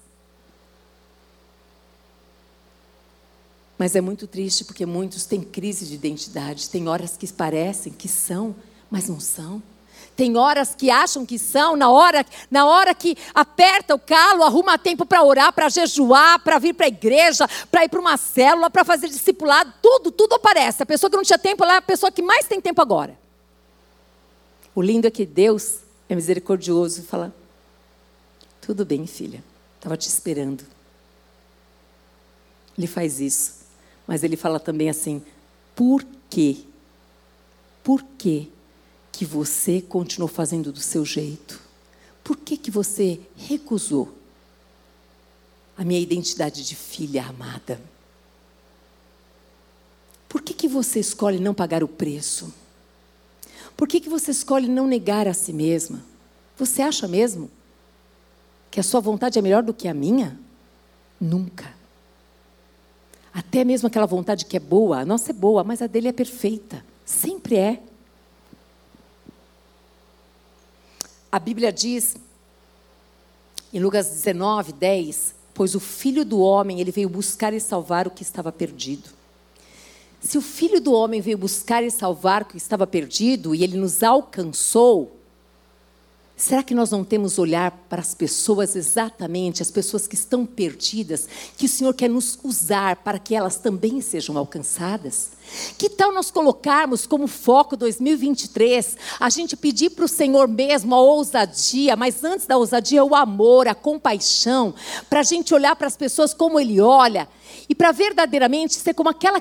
Mas é muito triste porque muitos têm crise de identidade. Tem horas que parecem que são, mas não são. Tem horas que acham que são, na hora que aperta o calo, arruma tempo para orar, para jejuar, para vir para a igreja, para ir para uma célula, para fazer discipulado, tudo aparece. A pessoa que não tinha tempo, ela é a pessoa que mais tem tempo agora. O lindo é que Deus é misericordioso e fala, tudo bem, filha, estava te esperando. Ele faz isso, mas Ele fala também assim, por quê? Por quê que você continuou fazendo do seu jeito? Por que você recusou a minha identidade de filha amada? Por que você escolhe não pagar o preço? Por que você escolhe não negar a si mesma? Você acha mesmo que a sua vontade é melhor do que a minha? Nunca. Até mesmo aquela vontade que é boa, a nossa é boa, mas a dele é perfeita. Sempre é. A Bíblia diz, em Lucas 19:10, pois o Filho do Homem, ele veio buscar e salvar o que estava perdido. Se o Filho do Homem veio buscar e salvar o que estava perdido, e ele nos alcançou, será que nós não temos olhar para as pessoas exatamente, as pessoas que estão perdidas, que o Senhor quer nos usar para que elas também sejam alcançadas? Que tal nós colocarmos como foco 2023, a gente pedir para o Senhor mesmo a ousadia, mas antes da ousadia o amor, a compaixão, para a gente olhar para as pessoas como Ele olha, e para verdadeiramente ser como aquela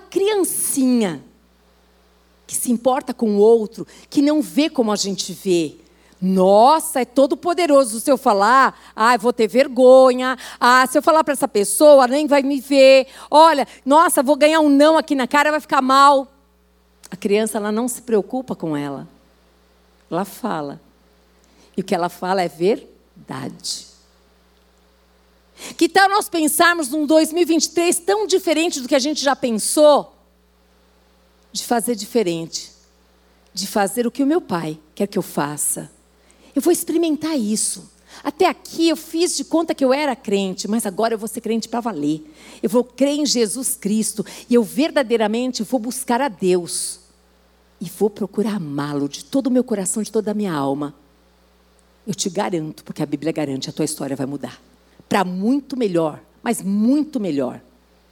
criancinha, que se importa com o outro, que não vê como a gente vê. Nossa, é todo poderoso. Se eu falar, eu vou ter vergonha. Se eu falar para essa pessoa, nem vai me ver. Olha, nossa, vou ganhar um não aqui na cara, vai ficar mal. A criança, ela não se preocupa com ela. Ela fala. E o que ela fala é verdade. Que tal nós pensarmos num 2023 tão diferente do que a gente já pensou? De fazer diferente. De fazer o que o meu pai quer que eu faça. Eu vou experimentar isso. Até aqui eu fiz de conta que eu era crente, mas agora eu vou ser crente para valer. Eu vou crer em Jesus Cristo e eu verdadeiramente vou buscar a Deus. E vou procurar amá-lo de todo o meu coração, de toda a minha alma. Eu te garanto, porque a Bíblia garante, a tua história vai mudar. Para muito melhor, mas muito melhor.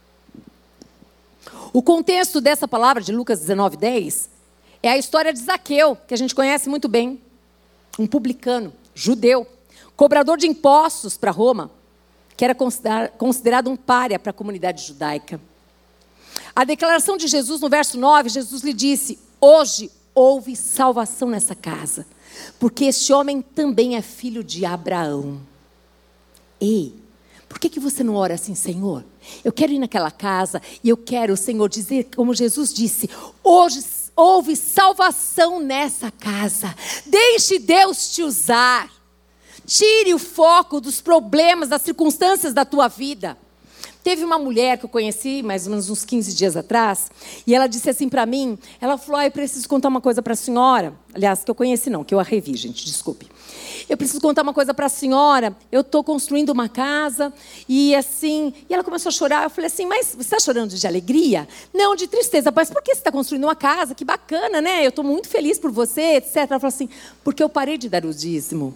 O contexto dessa palavra de Lucas 19:10 é a história de Zaqueu, que a gente conhece muito bem. Um publicano, judeu, cobrador de impostos para Roma, que era considerado um pária para a comunidade judaica. A declaração de Jesus no verso 9, Jesus lhe disse: hoje houve salvação nessa casa, porque este homem também é filho de Abraão. Ei, por que você não ora assim, Senhor? Eu quero ir naquela casa e eu quero, Senhor, dizer como Jesus disse: hoje houve salvação nessa casa. Deixe Deus te usar. Tire o foco dos problemas, das circunstâncias da tua vida. Teve uma mulher que eu conheci mais ou menos uns 15 dias atrás, e ela disse assim para mim, ela falou: eu preciso contar uma coisa para a senhora. Aliás, que eu conheci não, que eu a revi, gente, desculpe. Eu preciso contar uma coisa para a senhora, eu estou construindo uma casa, e assim, e ela começou a chorar. Eu falei assim: mas você está chorando de alegria? Não, de tristeza. Mas por que você está construindo uma casa? Que bacana, né? Eu estou muito feliz por você, etc. Ela falou assim: porque eu parei de dar o dízimo.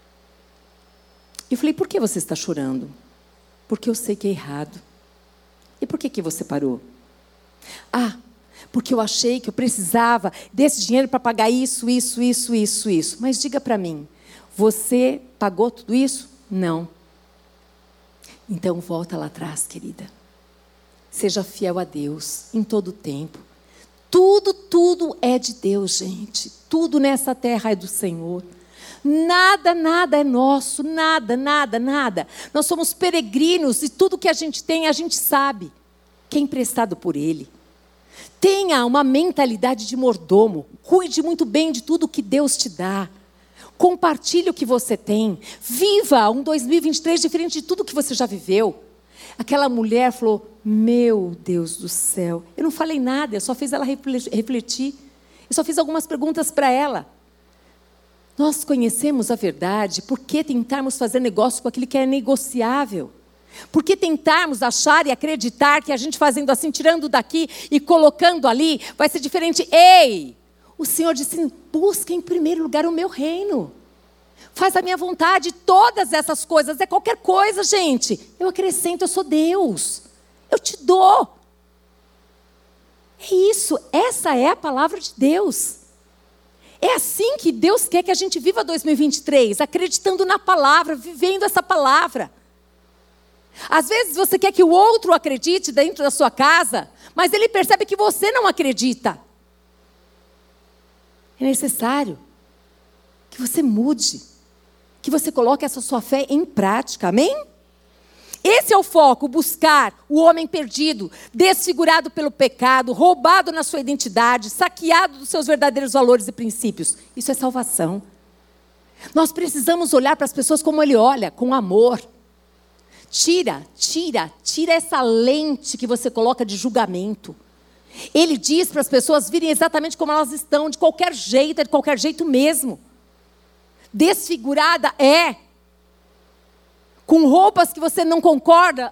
Eu falei: por que você está chorando? Porque eu sei que é errado. E por que você parou? Porque eu achei que eu precisava desse dinheiro para pagar isso. Mas diga para mim, você pagou tudo isso? Não. Então volta lá atrás, querida. Seja fiel a Deus em todo o tempo. Tudo é de Deus, gente. Tudo nessa terra é do Senhor. Nada é nosso, nada. Nós somos peregrinos e tudo que a gente tem, a gente sabe que é emprestado por Ele. Tenha uma mentalidade de mordomo. Cuide muito bem de tudo que Deus te dá. Compartilhe o que você tem. Viva um 2023 diferente de tudo que você já viveu. Aquela mulher falou: meu Deus do céu. Eu não falei nada, eu só fiz ela refletir. Eu só fiz algumas perguntas para ela. Nós conhecemos a verdade, por que tentarmos fazer negócio com aquilo que é negociável? Por que tentarmos achar e acreditar que a gente fazendo assim, tirando daqui e colocando ali, vai ser diferente? Ei! O Senhor disse: busca em primeiro lugar o meu reino. Faz a minha vontade, todas essas coisas, é qualquer coisa, gente. Eu acrescento, eu sou Deus. Eu te dou. É isso, essa é a palavra de Deus. É assim que Deus quer que a gente viva 2023, acreditando na palavra, vivendo essa palavra. Às vezes você quer que o outro acredite dentro da sua casa, mas ele percebe que você não acredita. É necessário que você mude, que você coloque essa sua fé em prática, amém? Esse é o foco, buscar o homem perdido, desfigurado pelo pecado, roubado na sua identidade, saqueado dos seus verdadeiros valores e princípios. Isso é salvação. Nós precisamos olhar para as pessoas como Ele olha, com amor. Tira essa lente que você coloca de julgamento. Ele diz para as pessoas virem exatamente como elas estão, de qualquer jeito mesmo. Desfigurada com roupas que você não concorda,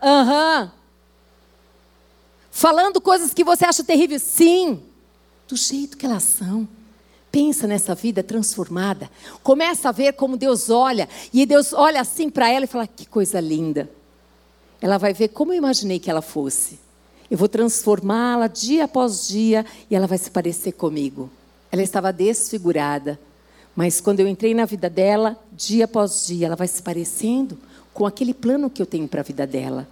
falando coisas que você acha terríveis, sim, do jeito que elas são. Pensa nessa vida transformada, começa a ver como Deus olha, e Deus olha assim para ela e fala: que coisa linda. Ela vai ver como eu imaginei que ela fosse. Eu vou transformá-la dia após dia, e ela vai se parecer comigo. Ela estava desfigurada, mas quando eu entrei na vida dela, dia após dia, ela vai se parecendo com aquele plano que eu tenho para a vida dela.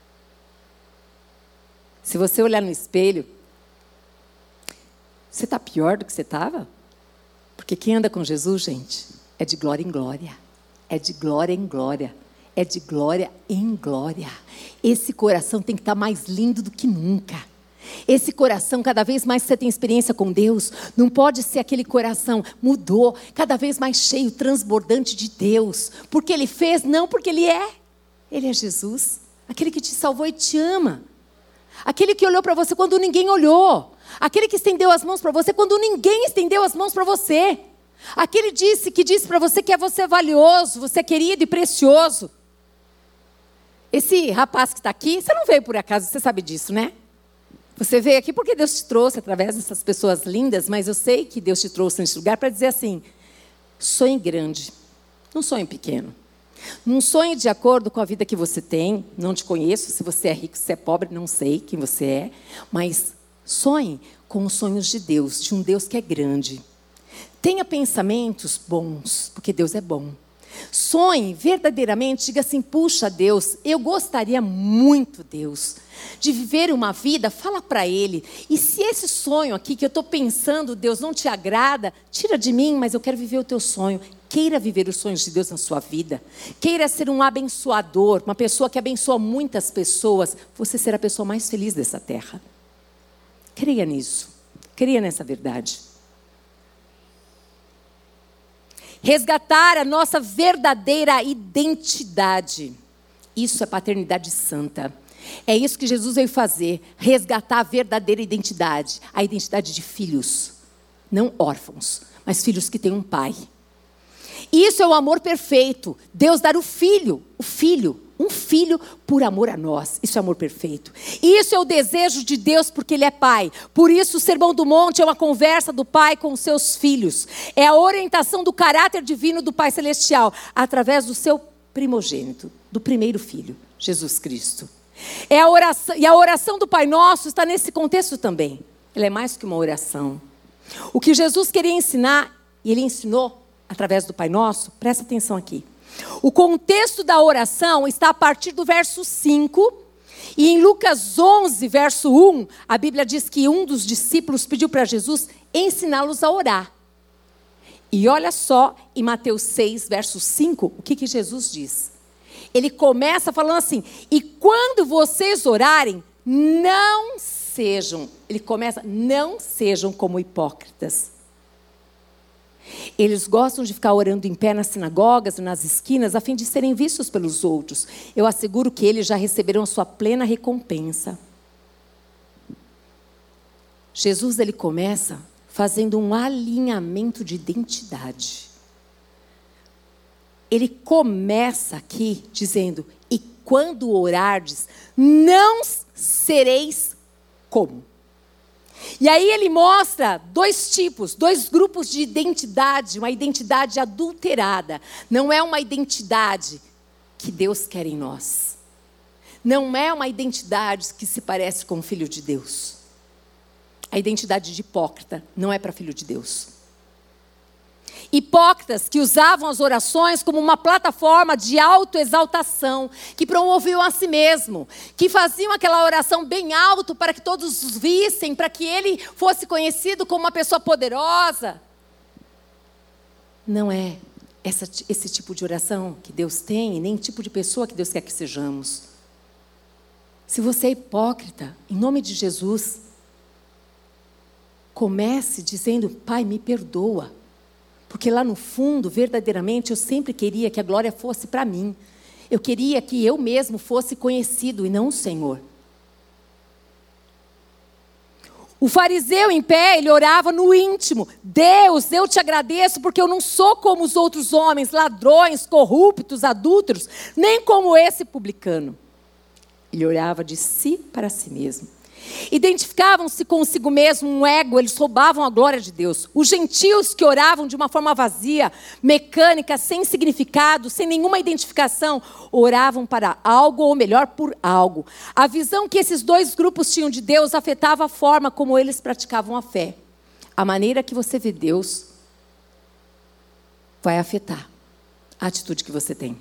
Se você olhar no espelho, você está pior do que você estava? Porque quem anda com Jesus, gente, é de glória em glória. É de glória em glória. É de glória em glória. Esse coração tem que estar mais lindo do que nunca. Esse coração, cada vez mais que você tem experiência com Deus, não pode ser aquele coração, mudou, cada vez mais cheio, transbordante de Deus. Porque Ele fez, não porque Ele é. Ele é Jesus, aquele que te salvou e te ama. Aquele que olhou para você quando ninguém olhou. Aquele que estendeu as mãos para você quando ninguém estendeu as mãos para você. Aquele que disse para você que você é valioso, você é querido e precioso. Esse rapaz que está aqui, você não veio por acaso, você sabe disso, né? Você veio aqui porque Deus te trouxe através dessas pessoas lindas, mas eu sei que Deus te trouxe nesse lugar para dizer assim, sonhe grande, não sonhe pequeno. Não sonhe de acordo com a vida que você tem, não te conheço, se você é rico, se você é pobre, não sei quem você é, mas sonhe com os sonhos de Deus, de um Deus que é grande. Tenha pensamentos bons, porque Deus é bom. Sonhe verdadeiramente, diga assim, puxa Deus, eu gostaria muito, Deus, de viver uma vida, fala para Ele. E se esse sonho aqui que eu estou pensando, Deus, não te agrada, tira de mim, mas eu quero viver o teu sonho. Queira viver os sonhos de Deus na sua vida. Queira ser um abençoador, uma pessoa que abençoa muitas pessoas. Você será a pessoa mais feliz dessa terra. Creia nisso. Creia nessa verdade. Resgatar a nossa verdadeira identidade. Isso é paternidade santa. É isso que Jesus veio fazer. Resgatar a verdadeira identidade. A identidade de filhos. Não órfãos, mas filhos que têm um pai. Isso é o amor perfeito. Deus dar um filho por amor a nós. Isso é amor perfeito. Isso é o desejo de Deus porque Ele é Pai. Por isso o Sermão do Monte é uma conversa do Pai com os seus filhos. É a orientação do caráter divino do Pai Celestial, através do seu primogênito, do primeiro filho, Jesus Cristo. É a oração, e a oração do Pai Nosso está nesse contexto também. Ela é mais que uma oração. O que Jesus queria ensinar, e Ele ensinou através do Pai Nosso, presta atenção aqui. O contexto da oração está a partir do verso 5. E em Lucas 11, verso 1, a Bíblia diz que um dos discípulos pediu para Jesus ensiná-los a orar. E olha só, em Mateus 6, verso 5, o que Jesus diz? Ele começa falando assim, e quando vocês orarem, não sejam como hipócritas. Eles gostam de ficar orando em pé nas sinagogas e nas esquinas a fim de serem vistos pelos outros. Eu asseguro que eles já receberam a sua plena recompensa. Jesus, ele começa fazendo um alinhamento de identidade. Ele começa aqui dizendo, e quando orardes, não sereis como. E aí ele mostra dois tipos, dois grupos de identidade, uma identidade adulterada. Não é uma identidade que Deus quer em nós. Não é uma identidade que se parece com o Filho de Deus. A identidade de hipócrita não é para Filho de Deus. Hipócritas que usavam as orações como uma plataforma de autoexaltação, que promoviam a si mesmo, que faziam aquela oração bem alto para que todos os vissem, para que ele fosse conhecido como uma pessoa poderosa. Não é esse tipo de oração que Deus tem, nem tipo de pessoa que Deus quer que sejamos. Se você é hipócrita, em nome de Jesus, comece dizendo, Pai, me perdoa. Porque lá no fundo, verdadeiramente, eu sempre queria que a glória fosse para mim. Eu queria que eu mesmo fosse conhecido e não o Senhor. O fariseu em pé, ele orava no íntimo. Deus, eu te agradeço porque eu não sou como os outros homens, ladrões, corruptos, adúlteros, nem como esse publicano. Ele orava de si para si mesmo. Identificavam-se consigo mesmo um ego, eles roubavam a glória de Deus. Os gentios que oravam de uma forma vazia, mecânica, sem significado, sem nenhuma identificação, oravam para algo, ou melhor, por algo. A visão que esses dois grupos tinham de Deus afetava a forma como eles praticavam a fé. A maneira que você vê Deus vai afetar a atitude que você tem.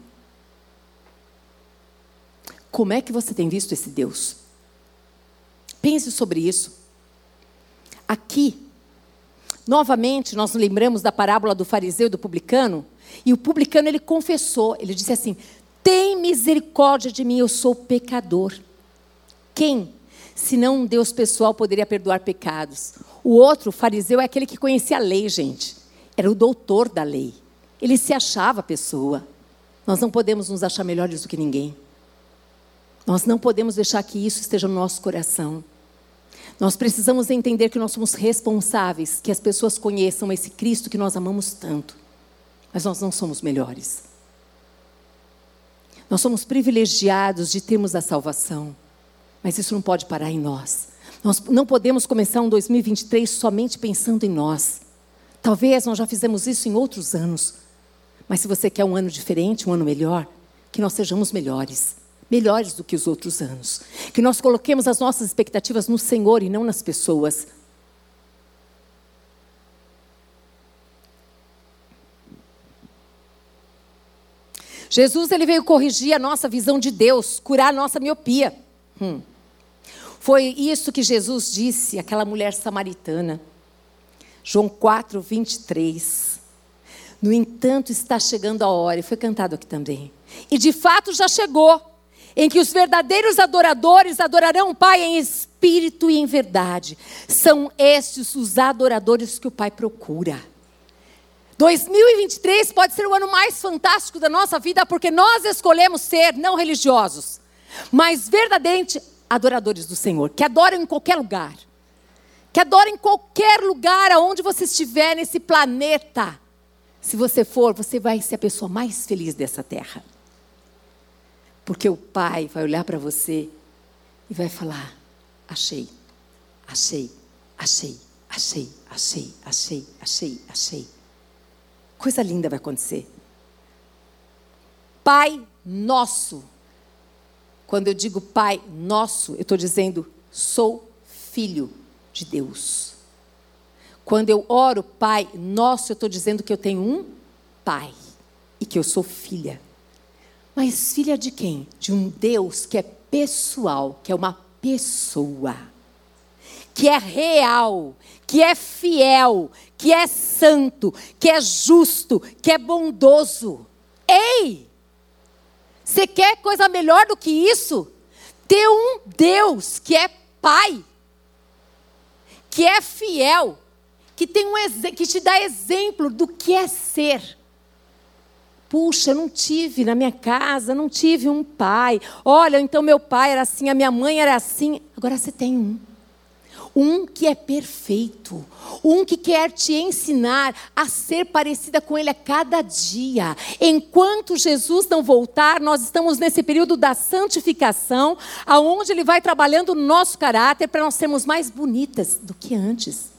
Como é que você tem visto esse Deus? Pense sobre isso. Aqui, Novamente, nós nos lembramos da parábola do fariseu e do publicano. E o publicano, ele confessou, ele disse assim: tem misericórdia de mim, eu sou pecador. Quem, senão um Deus pessoal, poderia perdoar pecados? O outro, o fariseu, é aquele que conhecia a lei, gente. Era o doutor da lei. Ele se achava pessoa. Nós não podemos nos achar melhores do que ninguém. Nós não podemos deixar que isso esteja no nosso coração. Nós precisamos entender que nós somos responsáveis, que as pessoas conheçam esse Cristo que nós amamos tanto. Mas nós não somos melhores. Nós somos privilegiados de termos a salvação. Mas isso não pode parar em nós. Nós não podemos começar um 2023 somente pensando em nós. Talvez nós já fizemos isso em outros anos. Mas se você quer um ano diferente, um ano melhor, que nós sejamos melhores. Melhores do que os outros anos. Que nós coloquemos as nossas expectativas no Senhor e não nas pessoas. Jesus, ele veio corrigir a nossa visão de Deus, curar a nossa miopia. Foi isso que Jesus disse àquela mulher samaritana. João 4, 23. No entanto, está chegando a hora, e foi cantado aqui também. E de fato já chegou, em que os verdadeiros adoradores adorarão o Pai em espírito e em verdade. São estes os adoradores que o Pai procura. 2023 pode ser o ano mais fantástico da nossa vida, porque nós escolhemos ser não religiosos, mas verdadeiramente adoradores do Senhor, que adoram em qualquer lugar. Que adoram em qualquer lugar, aonde você estiver nesse planeta. Se você for, você vai ser a pessoa mais feliz dessa terra. Porque o Pai vai olhar para você e vai falar: achei, achei, achei, achei, achei, achei, achei, achei. Coisa linda vai acontecer. Pai nosso. Quando eu digo Pai nosso, eu estou dizendo: sou filho de Deus. Quando eu oro Pai nosso, eu estou dizendo que eu tenho um Pai e que eu sou filha. Mas filha de quem? De um Deus que é pessoal, que é uma pessoa, que é real, que é fiel, que é santo, que é justo, que é bondoso. Ei! Você quer coisa melhor do que isso? Ter um Deus que é Pai, que é fiel, que te dá exemplo do que é ser. Puxa, eu não tive na minha casa, não tive um pai. Olha, então meu pai era assim, a minha mãe era assim. Agora você tem um. Um que é perfeito. Um que quer te ensinar a ser parecida com Ele a cada dia. Enquanto Jesus não voltar, nós estamos nesse período da santificação, aonde Ele vai trabalhando o nosso caráter para nós sermos mais bonitas do que antes.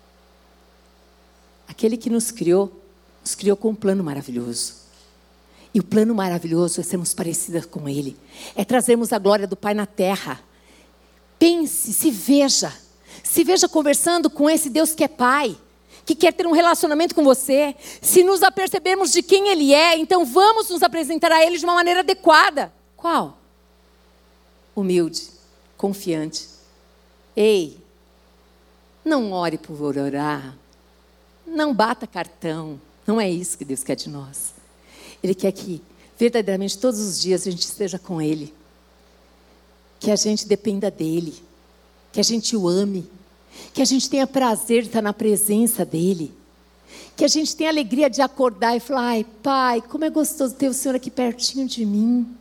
Aquele que nos criou com um plano maravilhoso. E o plano maravilhoso é sermos parecidas com Ele. É trazermos a glória do Pai na terra. Pense, se veja. Se veja conversando com esse Deus que é Pai. Que quer ter um relacionamento com você. Se nos apercebermos de quem Ele é, então vamos nos apresentar a Ele de uma maneira adequada. Qual? Humilde, confiante. Ei, não ore por orar. Não bata cartão. Não é isso que Deus quer de nós. Ele quer que, verdadeiramente, todos os dias a gente esteja com Ele. Que a gente dependa dEle. Que a gente o ame. Que a gente tenha prazer de estar na presença dEle. Que a gente tenha alegria de acordar e falar: ai, Pai, como é gostoso ter o Senhor aqui pertinho de mim.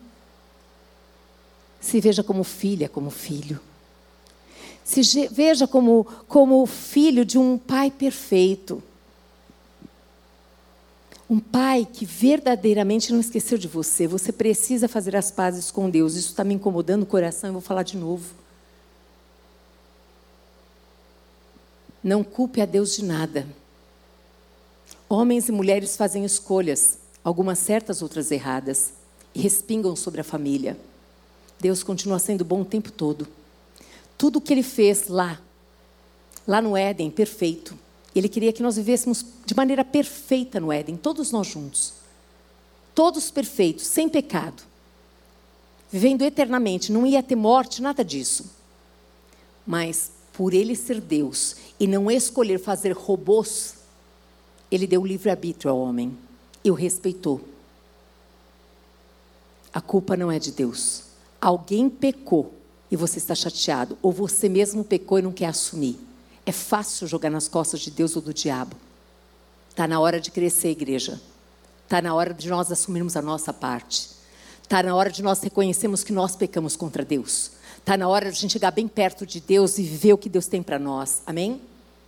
Se veja como filha, como filho. Se veja como filho de um Pai perfeito. Um Pai que verdadeiramente não esqueceu de você. Você precisa fazer as pazes com Deus. Isso está me incomodando o coração, eu vou falar de novo. Não culpe a Deus de nada. Homens e mulheres fazem escolhas, algumas certas, outras erradas, e respingam sobre a família. Deus continua sendo bom o tempo todo. Tudo o que Ele fez lá no Éden, perfeito. Ele queria que nós vivêssemos de maneira perfeita no Éden, todos nós juntos. Todos perfeitos, sem pecado. Vivendo eternamente, não ia ter morte, nada disso. Mas, por Ele ser Deus e não escolher fazer robôs, Ele deu livre-arbítrio ao homem e o respeitou. A culpa não é de Deus. Alguém pecou e você está chateado, ou você mesmo pecou e não quer assumir. É fácil jogar nas costas de Deus ou do diabo. Está na hora de crescer, igreja. Está na hora de nós assumirmos a nossa parte. Está na hora de nós reconhecermos que nós pecamos contra Deus. Está na hora de a gente chegar bem perto de Deus e viver o que Deus tem para nós. Amém?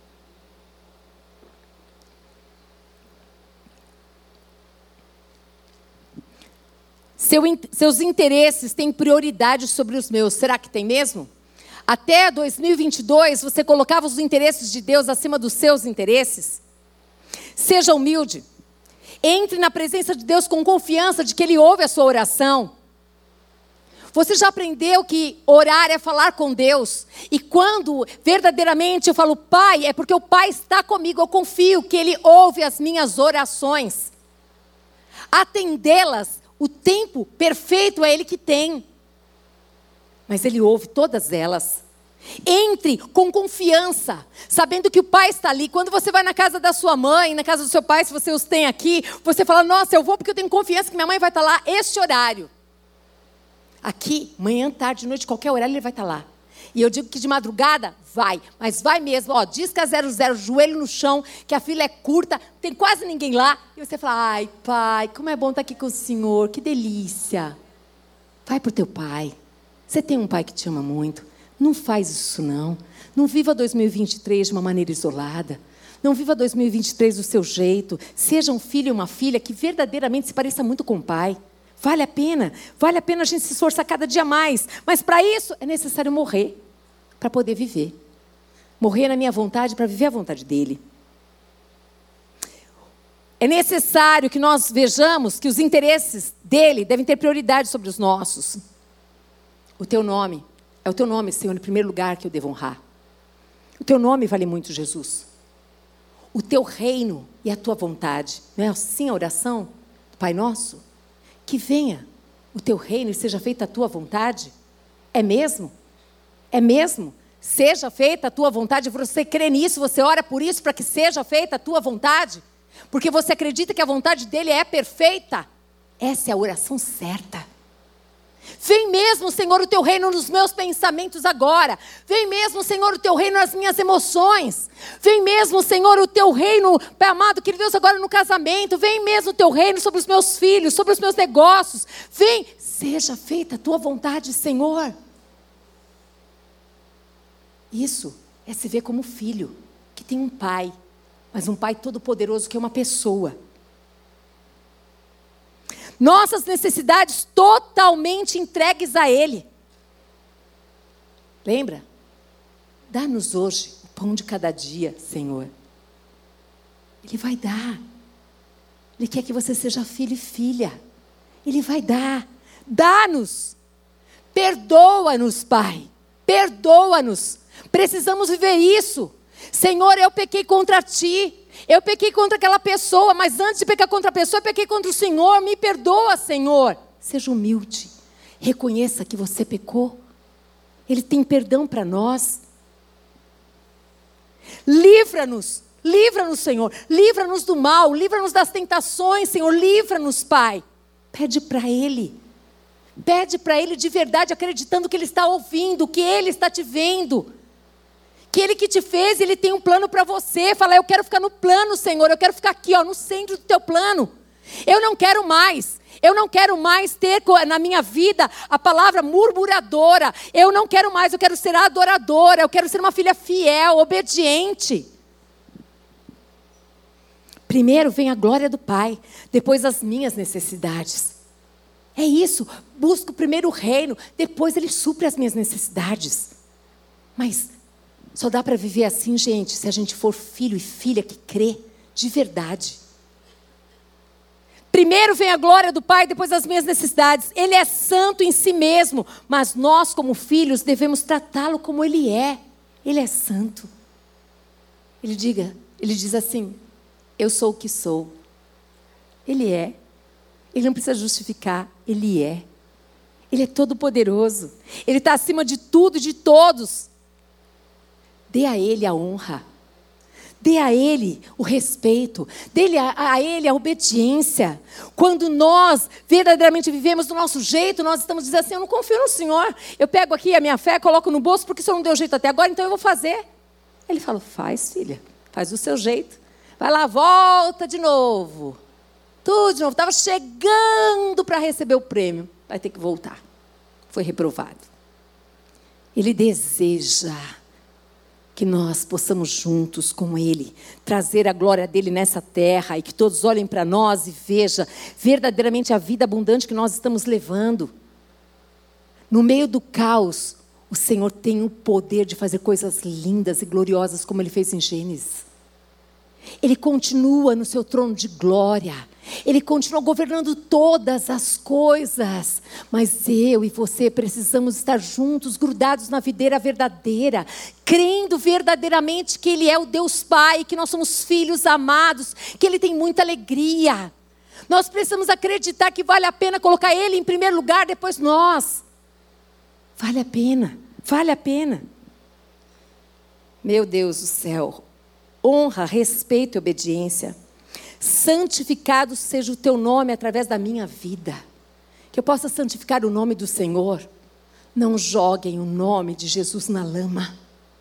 Seus interesses têm prioridade sobre os meus. Será que tem mesmo? Até 2022, você colocava os interesses de Deus acima dos seus interesses? Seja humilde. Entre na presença de Deus com confiança de que Ele ouve a sua oração. Você já aprendeu que orar é falar com Deus? E quando verdadeiramente eu falo, Pai, é porque o Pai está comigo. Eu confio que Ele ouve as minhas orações. Atendê-las, o tempo perfeito é Ele que tem. Mas Ele ouve todas elas. Entre com confiança, sabendo que o Pai está ali. Quando você vai na casa da sua mãe, na casa do seu pai, se você os tem aqui, você fala, nossa, eu vou porque eu tenho confiança que minha mãe vai estar lá este horário. Aqui, manhã, tarde, noite, qualquer horário ele vai estar lá. E eu digo que de madrugada, vai. Mas vai mesmo, ó, disca 00, joelho no chão, que a fila é curta, tem quase ninguém lá. E você fala, ai Pai, como é bom estar aqui com o Senhor, que delícia. Vai para o teu Pai. Você tem um Pai que te ama muito. Não faz isso não. Não viva 2023 de uma maneira isolada. Não viva 2023 do seu jeito. Seja um filho e uma filha que verdadeiramente se pareça muito com o Pai. Vale a pena a gente se esforçar cada dia mais. Mas para isso é necessário morrer, para poder viver. Morrer na minha vontade para viver a vontade dEle. É necessário que nós vejamos que os interesses dEle devem ter prioridade sobre os nossos. O teu nome, é o teu nome, Senhor, em primeiro lugar que eu devo honrar. O teu nome vale muito, Jesus. O teu reino e a tua vontade. Não é assim a oração do Pai Nosso? Que venha o teu reino e seja feita a tua vontade. É mesmo? É mesmo? Seja feita a tua vontade. Você crê nisso, você ora por isso, para que seja feita a tua vontade. Porque você acredita que a vontade dele é perfeita. Essa é a oração certa. Vem mesmo, Senhor, o teu reino nos meus pensamentos agora. Vem mesmo, Senhor, o teu reino nas minhas emoções. Vem mesmo, Senhor, o teu reino, Pai amado, querido Deus, agora no casamento. Vem mesmo o teu reino sobre os meus filhos, sobre os meus negócios. Vem, seja feita a tua vontade, Senhor. Isso é se ver como filho, que tem um pai, mas um pai todo-poderoso que é uma pessoa. Nossas necessidades totalmente entregues a Ele. Lembra? Dá-nos hoje o pão de cada dia, Senhor. Ele vai dar. Ele quer que você seja filho e filha. Ele vai dar. Dá-nos. Perdoa-nos, Pai. Perdoa-nos. Precisamos viver isso. Senhor, eu pequei contra Ti. Eu pequei contra aquela pessoa, mas antes de pecar contra a pessoa, eu pequei contra o Senhor. Me perdoa, Senhor. Seja humilde. Reconheça que você pecou. Ele tem perdão para nós. Livra-nos. Livra-nos, Senhor. Livra-nos do mal. Livra-nos das tentações, Senhor. Livra-nos, Pai. Pede para Ele. Pede para Ele de verdade, acreditando que Ele está ouvindo, que Ele está te vendo. Que Ele que te fez, Ele tem um plano para você. Fala, eu quero ficar no plano, Senhor. Eu quero ficar aqui, ó, no centro do teu plano. Eu não quero mais ter na minha vida a palavra murmuradora. Eu não quero mais, eu quero ser adoradora. Eu quero ser uma filha fiel, obediente. Primeiro vem a glória do Pai, depois as minhas necessidades. É isso, busco primeiro o reino, depois Ele supre as minhas necessidades. Mas só dá para viver assim, gente, se a gente for filho e filha que crê de verdade. Primeiro vem a glória do Pai, depois as minhas necessidades. Ele é santo em si mesmo, mas nós como filhos devemos tratá-lo como Ele é. Ele é santo. Ele diz assim, eu sou o que sou. Ele é. Ele não precisa justificar, Ele é. Ele é todo poderoso. Ele está acima de tudo e de todos. Dê a Ele a honra. Dê a Ele o respeito, dê a Ele a obediência. Quando nós verdadeiramente vivemos do nosso jeito, nós estamos dizendo assim, eu não confio no Senhor. Eu pego aqui a minha fé, coloco no bolso, porque o Senhor não deu jeito até agora, então eu vou fazer. Ele fala, faz, filha, faz do seu jeito. Vai lá, volta de novo. Tudo de novo. Estava chegando para receber o prêmio. Vai ter que voltar. Foi reprovado. Ele deseja que nós possamos juntos com Ele trazer a glória dEle nessa terra e que todos olhem para nós e vejam verdadeiramente a vida abundante que nós estamos levando. No meio do caos, o Senhor tem o poder de fazer coisas lindas e gloriosas como Ele fez em Gênesis. Ele continua no seu trono de glória. Ele continua governando todas as coisas. Mas eu e você precisamos estar juntos, grudados na videira verdadeira, crendo verdadeiramente que Ele é o Deus Pai, que nós somos filhos amados, que Ele tem muita alegria. Nós precisamos acreditar que vale a pena colocar Ele em primeiro lugar, depois nós. Vale a pena, vale a pena. Meu Deus do céu. Honra, respeito e obediência. Santificado seja o teu nome através da minha vida. Que eu possa santificar o nome do Senhor. Não joguem o nome de Jesus na lama.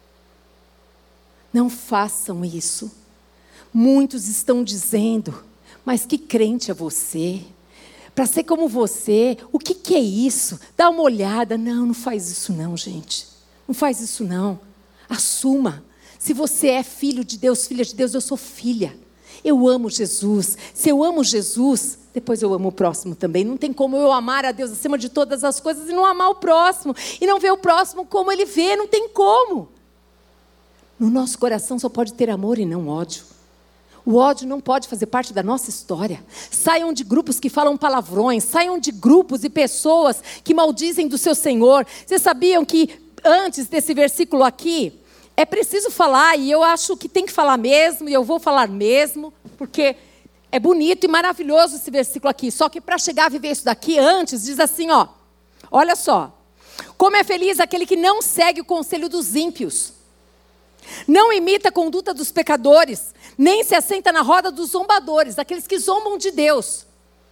Não façam isso. Muitos estão dizendo, mas que crente é você? Para ser como você, o que é isso? Dá uma olhada. Não faz isso não, gente. Não faz isso não. Assuma. Se você é filho de Deus, filha de Deus, eu sou filha. Eu amo Jesus. Se eu amo Jesus, depois eu amo o próximo também. Não tem como eu amar a Deus acima de todas as coisas e não amar o próximo. E não ver o próximo como Ele vê. Não tem como. No nosso coração só pode ter amor e não ódio. O ódio não pode fazer parte da nossa história. Saiam de grupos que falam palavrões. Saiam de grupos e pessoas que maldizem do seu Senhor. Vocês sabiam que antes desse versículo aqui, é preciso falar, e eu acho que tem que falar mesmo, e eu vou falar mesmo, porque é bonito e maravilhoso esse versículo aqui. Só que para chegar a viver isso daqui, antes, diz assim, ó, olha só. Como é feliz aquele que não segue o conselho dos ímpios, não imita a conduta dos pecadores, nem se assenta na roda dos zombadores, daqueles que zombam de Deus.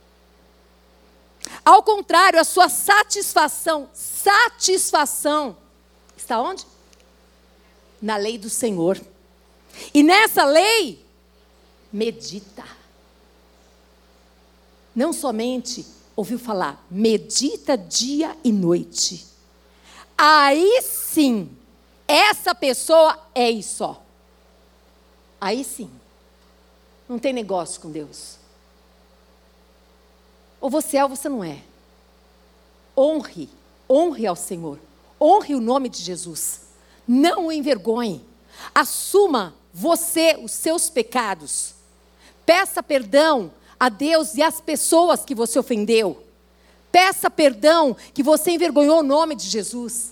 Ao contrário, a sua satisfação está onde? Na lei do Senhor. E nessa lei, medita. Não somente ouviu falar, medita dia e noite. Aí sim, essa pessoa é isso, ó. Aí sim, não tem negócio com Deus. Ou você é ou você não é. Honre ao Senhor. Honre o nome de Jesus. Não o envergonhe. Assuma você os seus pecados. Peça perdão a Deus e às pessoas que você ofendeu. Peça perdão que você envergonhou o nome de Jesus.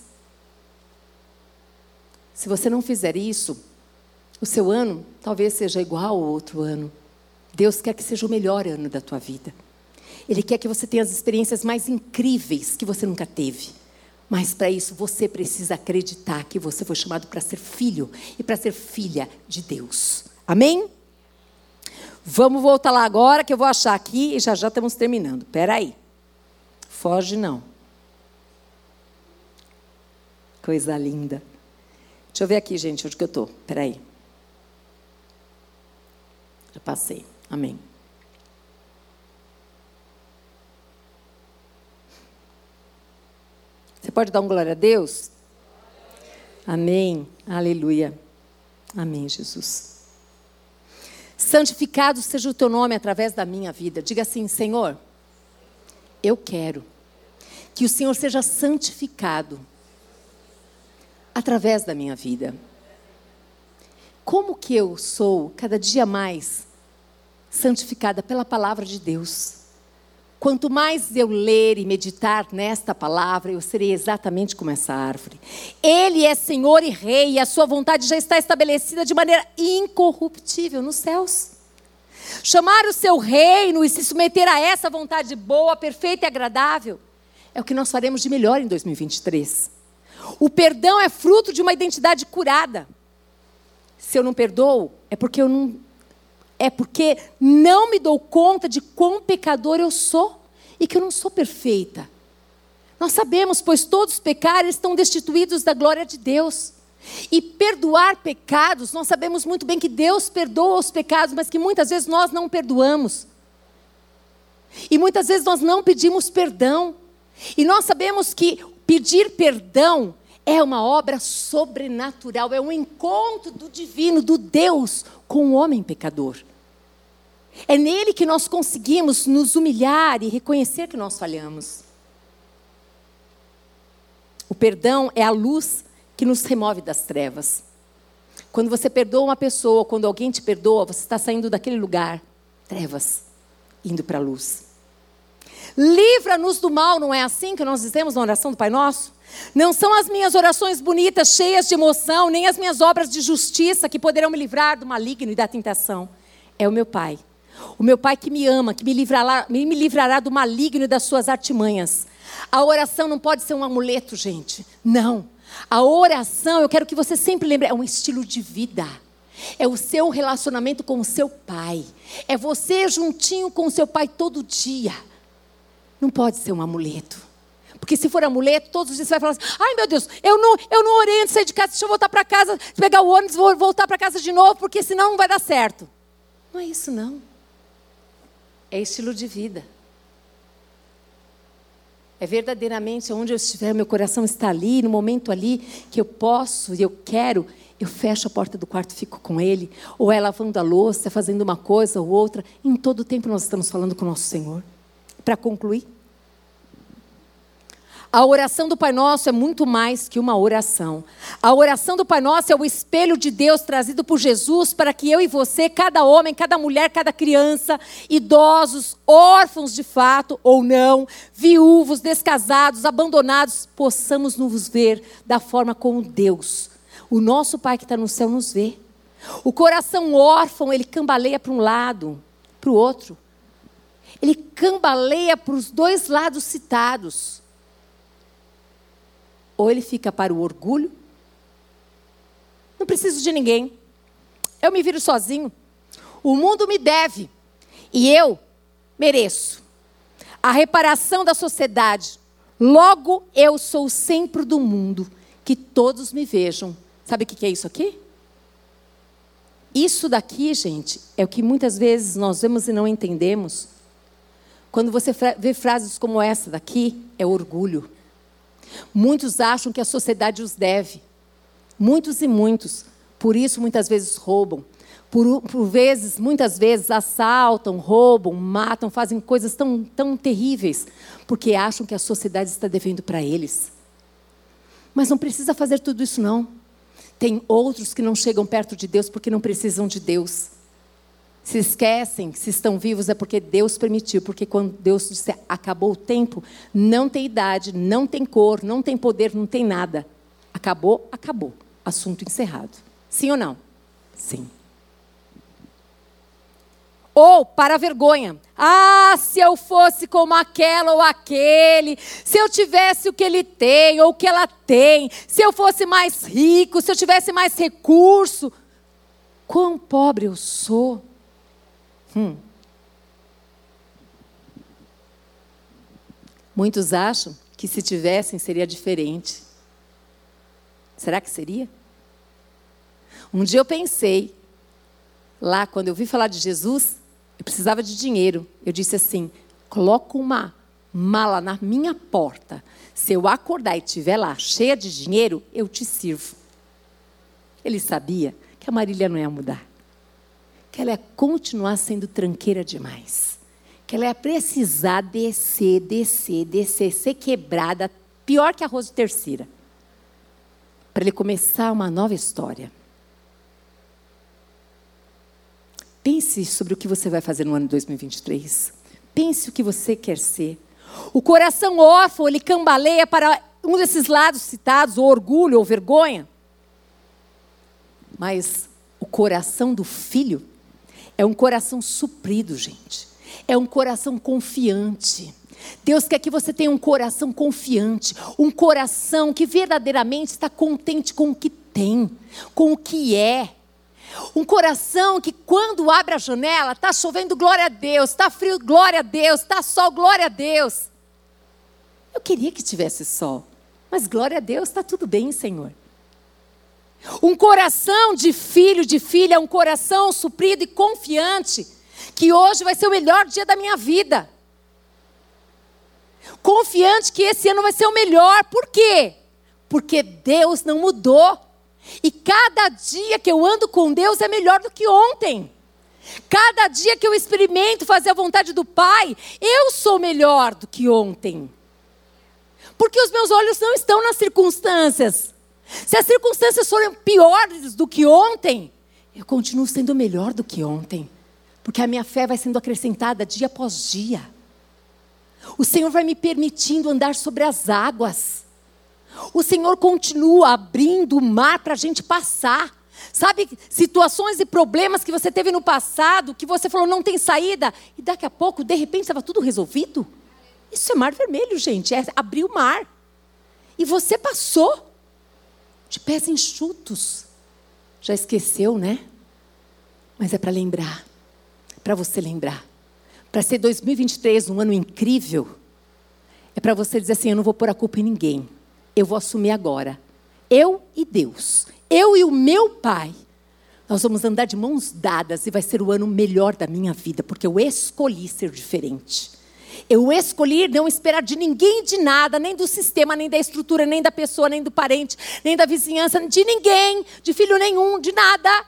Se você não fizer isso, o seu ano talvez seja igual ao outro ano. Deus quer que seja o melhor ano da tua vida. Ele quer que você tenha as experiências mais incríveis que você nunca teve. Mas para isso você precisa acreditar que você foi chamado para ser filho e para ser filha de Deus. Amém? Vamos voltar lá agora que eu vou achar aqui e já estamos terminando. Espera aí. Foge não. Coisa linda. Deixa eu ver aqui, gente, onde que eu estou. Espera aí. Já passei. Amém. Você pode dar um glória a Deus? Amém. Aleluia. Amém, Jesus. Santificado seja o teu nome através da minha vida. Diga assim, Senhor, eu quero que o Senhor seja santificado através da minha vida. Como que eu sou cada dia mais santificada pela palavra de Deus? Quanto mais eu ler e meditar nesta palavra, eu serei exatamente como essa árvore. Ele é Senhor e Rei, e a sua vontade já está estabelecida de maneira incorruptível nos céus. Chamar o seu reino e se submeter a essa vontade boa, perfeita e agradável, é o que nós faremos de melhor em 2023. O perdão é fruto de uma identidade curada. Se eu não perdoo, é porque não me dou conta de quão pecador eu sou e que eu não sou perfeita. Nós sabemos, pois todos pecaram e estão destituídos da glória de Deus. E perdoar pecados, nós sabemos muito bem que Deus perdoa os pecados, mas que muitas vezes nós não perdoamos. E muitas vezes nós não pedimos perdão. E nós sabemos que pedir perdão é uma obra sobrenatural, é um encontro do divino, do Deus, com o homem pecador. É nele que nós conseguimos nos humilhar e reconhecer que nós falhamos. O perdão é a luz que nos remove das trevas. Quando você perdoa uma pessoa, quando alguém te perdoa, você está saindo daquele lugar, trevas, indo para a luz. Livra-nos do mal, não é assim que nós dizemos na oração do Pai Nosso? Não são as minhas orações bonitas, cheias de emoção, nem as minhas obras de justiça que poderão me livrar do maligno e da tentação. É o meu Pai que me ama, que me livrará do maligno e das suas artimanhas. A oração não pode ser um amuleto, gente. Não. A oração, eu quero que você sempre lembre, é um estilo de vida. É o seu relacionamento com o seu Pai. É você juntinho com o seu Pai todo dia. Não pode ser um amuleto. Porque se for amuleto, todos os dias você vai falar assim, ai meu Deus, eu não orei antes de sair de casa, deixa eu voltar para casa, pegar o ônibus, vou voltar para casa de novo, porque senão não vai dar certo. Não é isso não. É estilo de vida. É verdadeiramente onde eu estiver, meu coração está ali, no momento ali, que eu posso e eu quero, eu fecho a porta do quarto e fico com Ele, ou é lavando a louça, fazendo uma coisa ou outra. Em todo o tempo nós estamos falando com o nosso Senhor. Para concluir, a oração do Pai Nosso é muito mais que uma oração. A oração do Pai Nosso é o espelho de Deus trazido por Jesus para que eu e você, cada homem, cada mulher, cada criança, idosos, órfãos de fato ou não, viúvos, descasados, abandonados, possamos nos ver da forma como Deus, o nosso Pai que está no céu, nos vê. O coração órfão, ele cambaleia para um lado, para o outro. Ele cambaleia para os dois lados citados. Ou ele fica para o orgulho. Não preciso de ninguém. Eu me viro sozinho. O mundo me deve. E eu mereço a reparação da sociedade. Logo, eu sou o centro do mundo. Que todos me vejam. Sabe o que é isso aqui? Isso daqui, gente, é o que muitas vezes nós vemos e não entendemos. Quando você vê frases como essa daqui, é orgulho. Muitos acham que a sociedade os deve. Muitos e muitos. Por isso, muitas vezes roubam. Muitas vezes assaltam, roubam, matam, fazem coisas tão terríveis. Porque acham que a sociedade está devendo para eles. Mas não precisa fazer tudo isso, não. Tem outros que não chegam perto de Deus porque não precisam de Deus. Se esquecem que se estão vivos é porque Deus permitiu. Porque quando Deus disser acabou o tempo, não tem idade, não tem cor, não tem poder, não tem nada. Acabou, acabou. Assunto encerrado. Sim ou não? Sim. Ou, para a vergonha. Ah, se eu fosse como aquela ou aquele. Se eu tivesse o que ele tem ou o que ela tem. Se eu fosse mais rico, se eu tivesse mais recurso. Quão pobre eu sou. Muitos acham que se tivessem seria diferente. Será que seria? Um dia eu pensei, lá quando eu vi falar de Jesus, eu precisava de dinheiro. Eu disse assim, coloca uma mala na minha porta. Se eu acordar e estiver lá cheia de dinheiro, eu te sirvo. Ele sabia que a Marília não ia mudar. Que ela ia continuar sendo tranqueira demais. Que ela ia precisar descer, ser quebrada, pior que arroz de terceira. Para ele começar uma nova história. Pense sobre o que você vai fazer no ano de 2023. Pense o que você quer ser. O coração órfão, ele cambaleia para um desses lados citados, ou orgulho, ou vergonha. Mas o coração do filho é um coração suprido, gente. É um coração confiante. Deus quer que você tenha um coração confiante. Um coração que verdadeiramente está contente com o que tem. Com o que é. Um coração que quando abre a janela, está chovendo, glória a Deus, está frio, glória a Deus, está sol, glória a Deus. Eu queria que tivesse sol, mas glória a Deus, está tudo bem, Senhor. Um coração de filho, de filha, um coração suprido e confiante, que hoje vai ser o melhor dia da minha vida. Confiante que esse ano vai ser o melhor, por quê? Porque Deus não mudou. E cada dia que eu ando com Deus é melhor do que ontem. Cada dia que eu experimento fazer a vontade do Pai, eu sou melhor do que ontem. Porque os meus olhos não estão nas circunstâncias. Se as circunstâncias forem piores do que ontem, eu continuo sendo melhor do que ontem. Porque a minha fé vai sendo acrescentada dia após dia. O Senhor vai me permitindo andar sobre as águas. O Senhor continua abrindo o mar para a gente passar. Sabe, situações e problemas que você teve no passado, que você falou não tem saída, e daqui a pouco, de repente, estava tudo resolvido. Isso é mar vermelho, gente, é abrir o mar. E você passou de pés enxutos. Já esqueceu, né? Mas é para lembrar, para você lembrar. Para ser 2023 um ano incrível, é para você dizer assim, eu não vou pôr a culpa em ninguém. Eu vou assumir agora. Eu e Deus. Eu e o meu Pai. Nós vamos andar de mãos dadas e vai ser o ano melhor da minha vida. Porque eu escolhi ser diferente. Eu escolhi não esperar de ninguém, de nada. Nem do sistema, nem da estrutura, nem da pessoa, nem do parente, nem da vizinhança, de ninguém. De filho nenhum, de nada.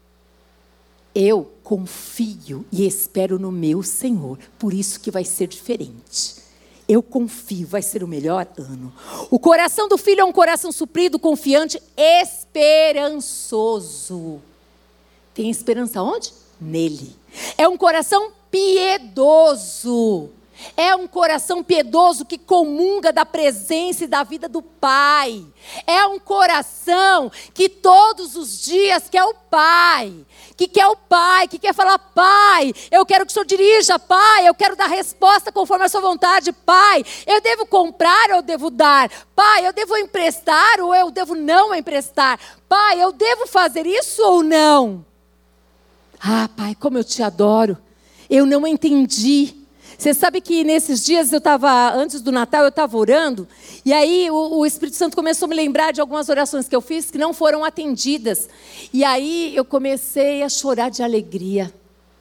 Eu confio e espero no meu Senhor. Por isso que vai ser diferente. Eu confio, vai ser o melhor ano. O coração do filho é um coração suprido, confiante, esperançoso. Tem esperança onde? Nele. É um coração piedoso. É um coração piedoso que comunga da presença e da vida do Pai. É um coração que todos os dias quer o Pai. Que quer o Pai, que quer falar, Pai, eu quero que o Senhor dirija, Pai, eu quero dar resposta conforme a sua vontade, Pai. Eu devo comprar ou eu devo dar? Pai, eu devo emprestar ou eu devo não emprestar? Pai, eu devo fazer isso ou não? Ah, Pai, como eu te adoro. Eu não entendi. Você sabe que nesses dias antes do Natal, eu estava orando, e aí o Espírito Santo começou a me lembrar de algumas orações que eu fiz que não foram atendidas. E aí eu comecei a chorar de alegria.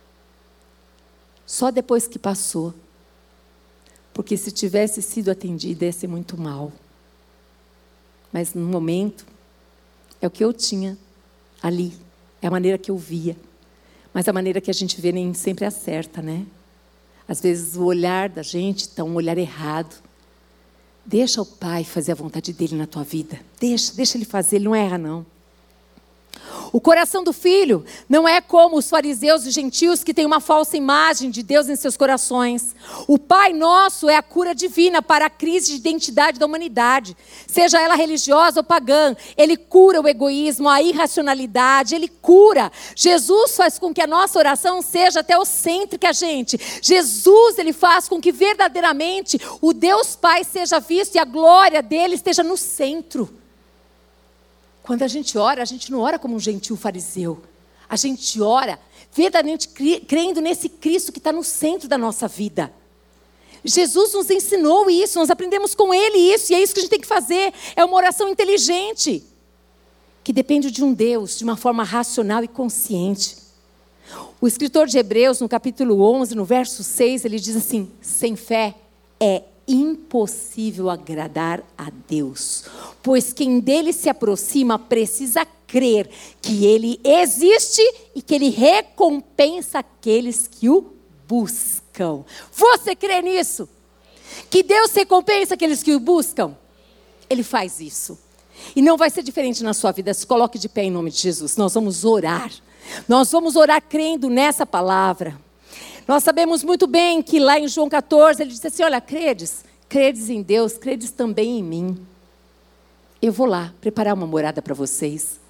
Só depois que passou. Porque se tivesse sido atendida, ia ser muito mal. Mas no momento, é o que eu tinha ali. É a maneira que eu via. Mas a maneira que a gente vê nem sempre acerta, né? Às vezes o olhar da gente está um olhar errado. Deixa o Pai fazer a vontade dele na tua vida. Deixa ele fazer, ele não erra não. O coração do filho não é como os fariseus e gentios que têm uma falsa imagem de Deus em seus corações. O Pai nosso é a cura divina para a crise de identidade da humanidade, seja ela religiosa ou pagã. Ele cura o egoísmo, a irracionalidade, ele cura. Jesus faz com que a nossa oração seja teocêntrica, gente. Jesus, ele faz com que verdadeiramente o Deus Pai seja visto e a glória dele esteja no centro. Quando a gente não ora como um gentil fariseu. A gente ora verdadeiramente crendo nesse Cristo que está no centro da nossa vida. Jesus nos ensinou isso, nós aprendemos com Ele isso, e é isso que a gente tem que fazer. É uma oração inteligente, que depende de um Deus, de uma forma racional e consciente. O escritor de Hebreus, no capítulo 11, no verso 6, ele diz assim, sem fé é impossível agradar a Deus, pois quem dele se aproxima precisa crer que ele existe e que ele recompensa aqueles que o buscam. Você crê nisso? Que Deus recompensa aqueles que o buscam? Ele faz isso. E não vai ser diferente na sua vida. Se coloque de pé em nome de Jesus. Nós vamos orar. Nós vamos orar crendo nessa palavra. Nós sabemos muito bem que lá em João 14, ele diz assim, olha, credes em Deus, credes também em mim. Eu vou lá preparar uma morada para vocês.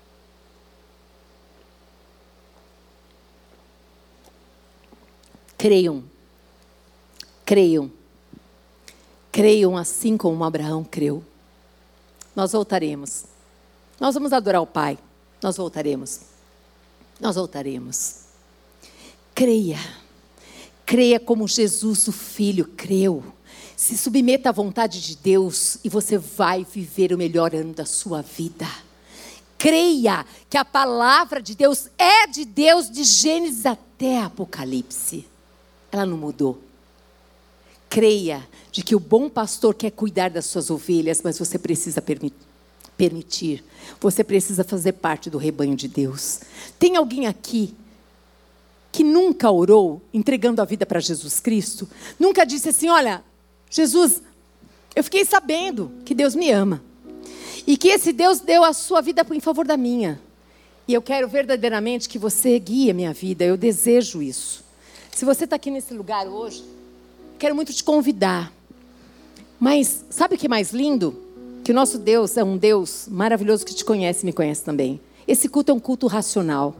Creiam assim como Abraão creu. Nós voltaremos. Nós vamos adorar o Pai. Nós voltaremos. Nós voltaremos. Creia. Creia como Jesus, o Filho, creu. Se submeta à vontade de Deus e você vai viver o melhor ano da sua vida. Creia que a palavra de Deus é de Deus de Gênesis até Apocalipse. Ela não mudou. Creia de que o bom pastor quer cuidar das suas ovelhas, mas você precisa permitir. Você precisa fazer parte do rebanho de Deus. Tem alguém aqui que nunca orou entregando a vida para Jesus Cristo? Nunca disse assim, olha, Jesus, eu fiquei sabendo que Deus me ama. E que esse Deus deu a sua vida em favor da minha. E eu quero verdadeiramente que você guie a minha vida. Eu desejo isso. Se você está aqui nesse lugar hoje, quero muito te convidar. Mas sabe o que é mais lindo? Que o nosso Deus é um Deus maravilhoso que te conhece e me conhece também. Esse culto é um culto racional.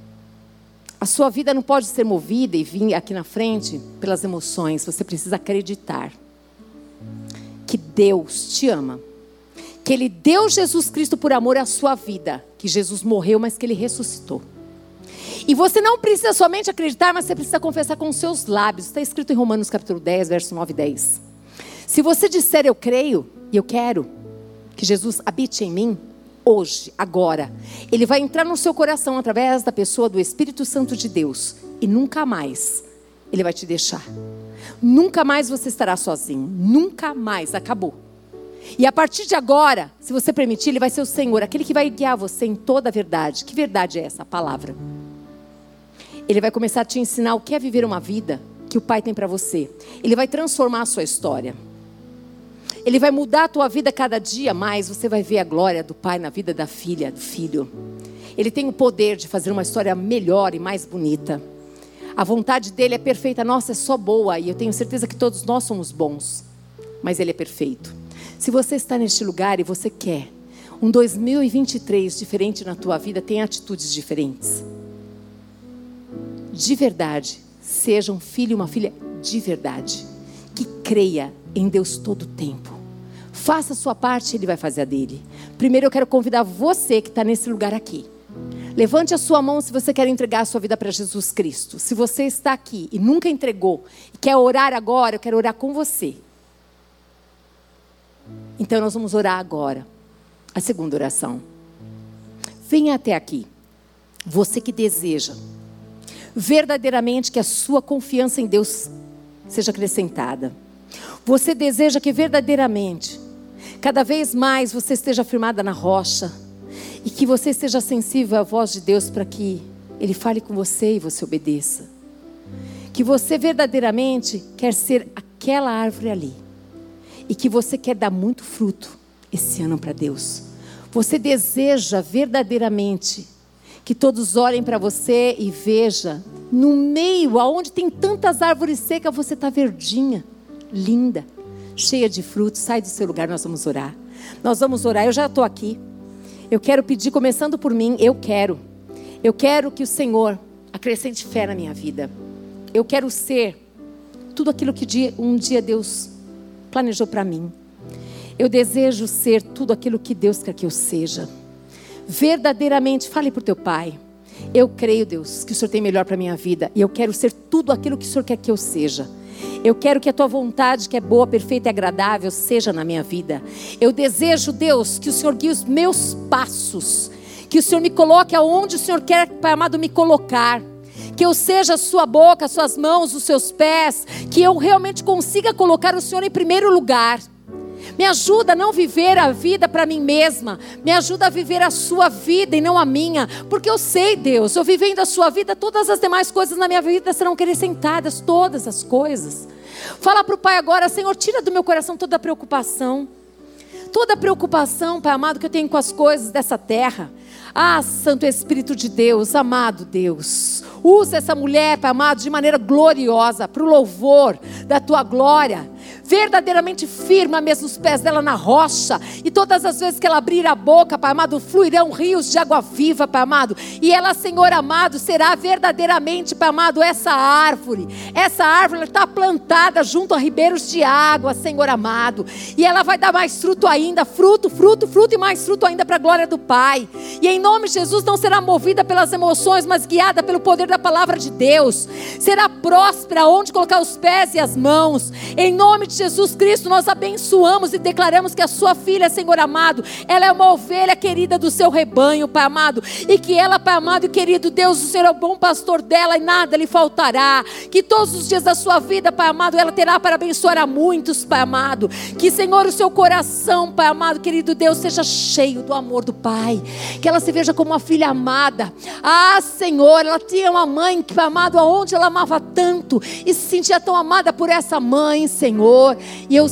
A sua vida não pode ser movida e vir aqui na frente pelas emoções. Você precisa acreditar que Deus te ama. Que Ele deu Jesus Cristo por amor à sua vida. Que Jesus morreu, mas que Ele ressuscitou. E você não precisa somente acreditar, mas você precisa confessar com os seus lábios. Está escrito em Romanos capítulo 10, verso 9 e 10. Se você disser eu creio e eu quero que Jesus habite em mim, hoje, agora, Ele vai entrar no seu coração através da pessoa do Espírito Santo de Deus. E nunca mais Ele vai te deixar. Nunca mais você estará sozinho. Nunca mais, acabou. E a partir de agora, se você permitir, Ele vai ser o Senhor, aquele que vai guiar você em toda a verdade. Que verdade é essa? A palavra. Ele vai começar a te ensinar o que é viver uma vida que o Pai tem para você. Ele vai transformar a sua história. Ele vai mudar a tua vida cada dia mais. Você vai ver a glória do Pai na vida da filha, do filho. Ele tem o poder de fazer uma história melhor e mais bonita. A vontade dele é perfeita. Nossa, é só boa. E eu tenho certeza que todos nós somos bons. Mas Ele é perfeito. Se você está neste lugar e você quer um 2023 diferente na tua vida, tem atitudes diferentes. De verdade, seja um filho e uma filha de verdade, que creia em Deus todo o tempo. Faça a sua parte, Ele vai fazer a dele. Primeiro eu quero convidar você que está nesse lugar aqui. Levante a sua mão se você quer entregar a sua vida para Jesus Cristo. Se você está aqui e nunca entregou e quer orar agora, eu quero orar com você. Então nós vamos orar agora. A segunda oração. Venha até aqui. Você que deseja verdadeiramente que a sua confiança em Deus seja acrescentada. Você deseja que verdadeiramente, cada vez mais você esteja firmada na rocha e que você esteja sensível à voz de Deus para que Ele fale com você e você obedeça. Que você verdadeiramente quer ser aquela árvore ali e que você quer dar muito fruto esse ano para Deus. Você deseja verdadeiramente que todos olhem para você e vejam, no meio, aonde tem tantas árvores secas, você está verdinha, linda, cheia de frutos. Sai do seu lugar, nós vamos orar. Nós vamos orar, eu já estou aqui. Eu quero pedir, começando por mim, eu quero que o Senhor acrescente fé na minha vida. Eu quero ser tudo aquilo que um dia Deus planejou para mim. Eu desejo ser tudo aquilo que Deus quer que eu seja. Verdadeiramente, fale para o teu Pai. Eu creio, Deus, que o Senhor tem melhor para a minha vida. E eu quero ser tudo aquilo que o Senhor quer que eu seja. Eu quero que a tua vontade, que é boa, perfeita e agradável, seja na minha vida. Eu desejo, Deus, que o Senhor guie os meus passos. Que o Senhor me coloque aonde o Senhor quer, Pai amado, me colocar. Que eu seja a sua boca, as suas mãos, os seus pés. Que eu realmente consiga colocar o Senhor em primeiro lugar. Me ajuda a não viver a vida para mim mesma. Me ajuda a viver a sua vida e não a minha. Porque eu sei, Deus, eu vivendo a sua vida, todas as demais coisas na minha vida serão acrescentadas. Todas as coisas. Fala para o Pai agora, Senhor, tira do meu coração toda a preocupação. Toda a preocupação, Pai amado, que eu tenho com as coisas dessa terra. Ah, Santo Espírito de Deus, amado Deus. Usa essa mulher, Pai amado, de maneira gloriosa, para o louvor da tua glória. verdadeiramente firma mesmo os pés dela na rocha, e todas as vezes que ela abrir a boca, Pai amado, fluirão rios de água viva, Pai amado, e ela, Senhor amado, será verdadeiramente, Pai amado, essa árvore está plantada junto a ribeiros de água, Senhor amado, e ela vai dar mais fruto ainda, fruto e mais fruto ainda para a glória do Pai, e em nome de Jesus não será movida pelas emoções, mas guiada pelo poder da palavra de Deus, será próspera onde colocar os pés e as mãos, em nome de Jesus Cristo. Nós abençoamos e declaramos que a sua filha, Senhor amado, ela é uma ovelha querida do seu rebanho, Pai amado, e que ela, Pai amado e querido Deus, o Senhor é o bom pastor dela e nada lhe faltará, que todos os dias da sua vida, Pai amado, ela terá para abençoar a muitos, Pai amado, que, Senhor, o seu coração, Pai amado, querido Deus, seja cheio do amor do Pai, que ela se veja como uma filha amada. Senhor, ela tinha uma mãe, Pai amado, aonde ela amava tanto e se sentia tão amada por essa mãe, Senhor, e eu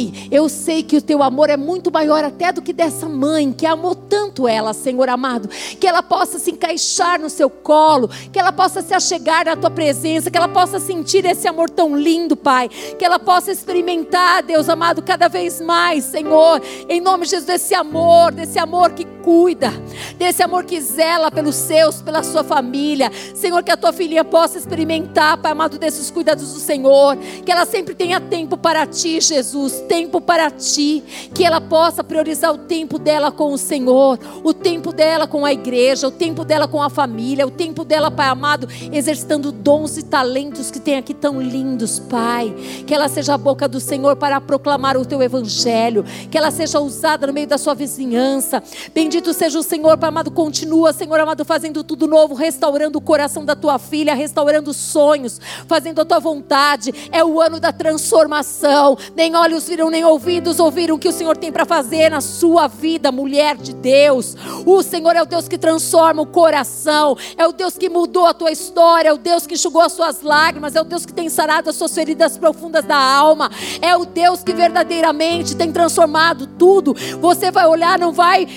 sei que o teu amor é muito maior até do que dessa mãe, que amou tanto ela, Senhor amado, que ela possa se encaixar no seu colo, que ela possa se achegar na tua presença, que ela possa sentir esse amor tão lindo, Pai, que ela possa experimentar, Deus amado, cada vez mais, Senhor, em nome de Jesus, desse amor que cuida, desse amor que zela pelos seus, pela sua família, Senhor, que a tua filhinha possa experimentar, Pai amado, desses cuidados do Senhor, que ela sempre tenha tempo para ti, Jesus, tempo para ti, que ela possa priorizar o tempo dela com o Senhor, o tempo dela com a igreja, o tempo dela com a família, o tempo dela, Pai amado, exercitando dons e talentos que tem aqui tão lindos, Pai, que ela seja a boca do Senhor para proclamar o teu evangelho, que ela seja usada no meio da sua vizinhança. Bendito seja o Senhor, Pai amado, continua, Senhor amado, fazendo tudo novo, restaurando o coração da tua filha, restaurando sonhos, fazendo a tua vontade. É o ano da transformação, nem olhos viram, nem ouvidos ouviram o que o Senhor tem para fazer na sua vida, mulher de Deus. O Senhor é o Deus que transforma o coração, é o Deus que mudou a tua história, é o Deus que enxugou as suas lágrimas, é o Deus que tem sarado as suas feridas profundas da alma, é o Deus que verdadeiramente tem transformado tudo. Você vai olhar, não vai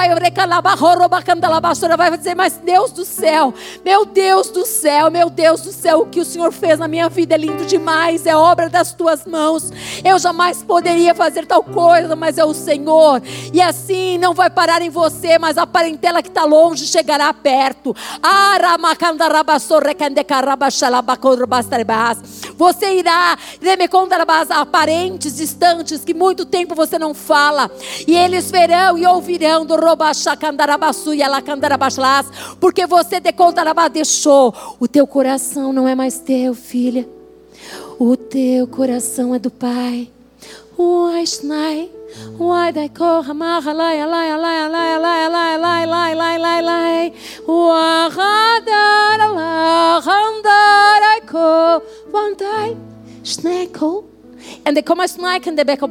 dizer, mas Deus do céu, meu Deus do céu, meu Deus do céu, o que o Senhor fez na minha vida é lindo demais, é obra das tuas mãos, eu jamais poderia fazer tal coisa, mas é o Senhor. E assim não vai parar em você, mas a parentela que está longe chegará perto. Você irá a parentes distantes que muito tempo você não fala, e eles verão e ouvirão do porque você deixou. O teu coração não é mais teu, filha, o teu coração é do Pai. And they come as night and they back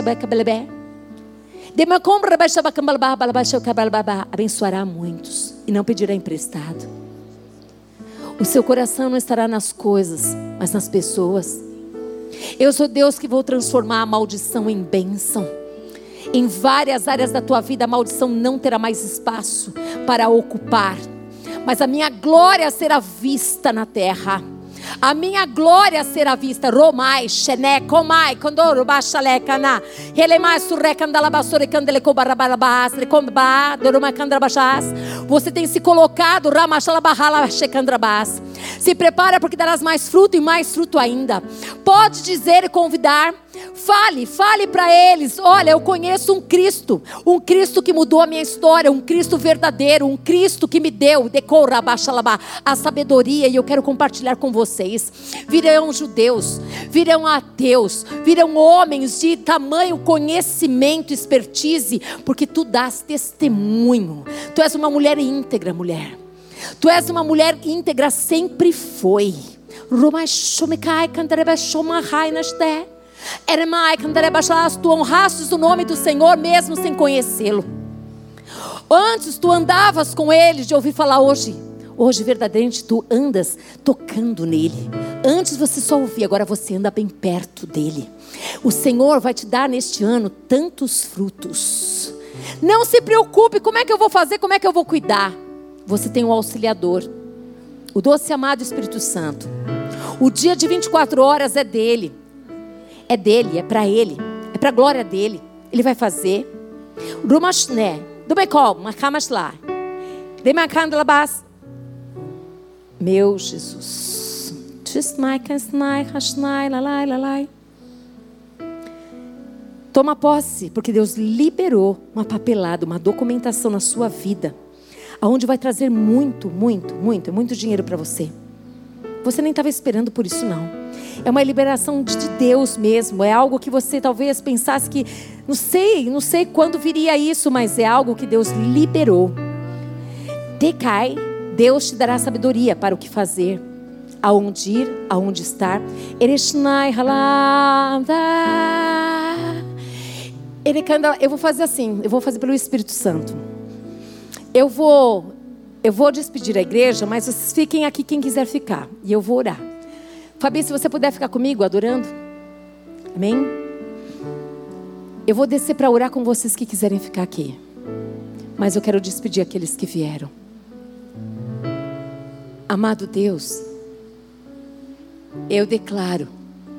abençoará muitos e não pedirá emprestado. O seu coração não estará nas coisas, mas nas pessoas. Eu sou Deus que vou transformar a maldição em bênção. Em várias áreas da tua vida a maldição não terá mais espaço para ocupar, mas a minha glória será vista na terra. A minha glória será vista. Romai, Xené, Comai, Condoro, Baixalecana, Relemai, Surrecandalabassore, Candelecobarabas, Recomba, Doromacandabachas. Você tem se colocado, Ramachalabahala, Checandrabas. Se prepara porque darás mais fruto e mais fruto ainda. Pode dizer e convidar. Fale para eles. Olha, eu conheço um Cristo que mudou a minha história, um Cristo verdadeiro, um Cristo que me deu a sabedoria, e eu quero compartilhar com vocês. Virão judeus, virão ateus, virão homens de tamanho conhecimento, expertise, porque tu dás testemunho. Tu és uma mulher íntegra, mulher. Tu és uma mulher íntegra, sempre foi. Tu honrastes o nome do Senhor mesmo sem conhecê-lo. Antes tu andavas com ele, de ouvir falar. Hoje verdadeiramente tu andas tocando nele. Antes você só ouvia, agora você anda bem perto dele. O Senhor vai te dar neste ano tantos frutos. Não se preocupe, como é que eu vou fazer, como é que eu vou cuidar? Você tem um auxiliador, o doce amado Espírito Santo. O dia de 24 horas é dele. É dele, é para ele, é para a glória dele. Ele vai fazer. Meu Jesus. Toma posse, porque Deus liberou uma papelada, uma documentação na sua vida, aonde vai trazer muito dinheiro para você. Você nem estava esperando por isso não. É uma liberação de Deus mesmo. É algo que você talvez pensasse que não sei quando viria isso, mas é algo que Deus liberou. Decai, Deus te dará sabedoria para o que fazer, aonde ir, aonde estar. Eu vou fazer assim, eu vou fazer pelo Espírito Santo. Eu vou despedir a igreja, mas vocês fiquem aqui quem quiser ficar. E eu vou orar. Fabi, se você puder ficar comigo adorando. Amém? Eu vou descer para orar com vocês que quiserem ficar aqui. Mas eu quero despedir aqueles que vieram. Amado Deus, eu declaro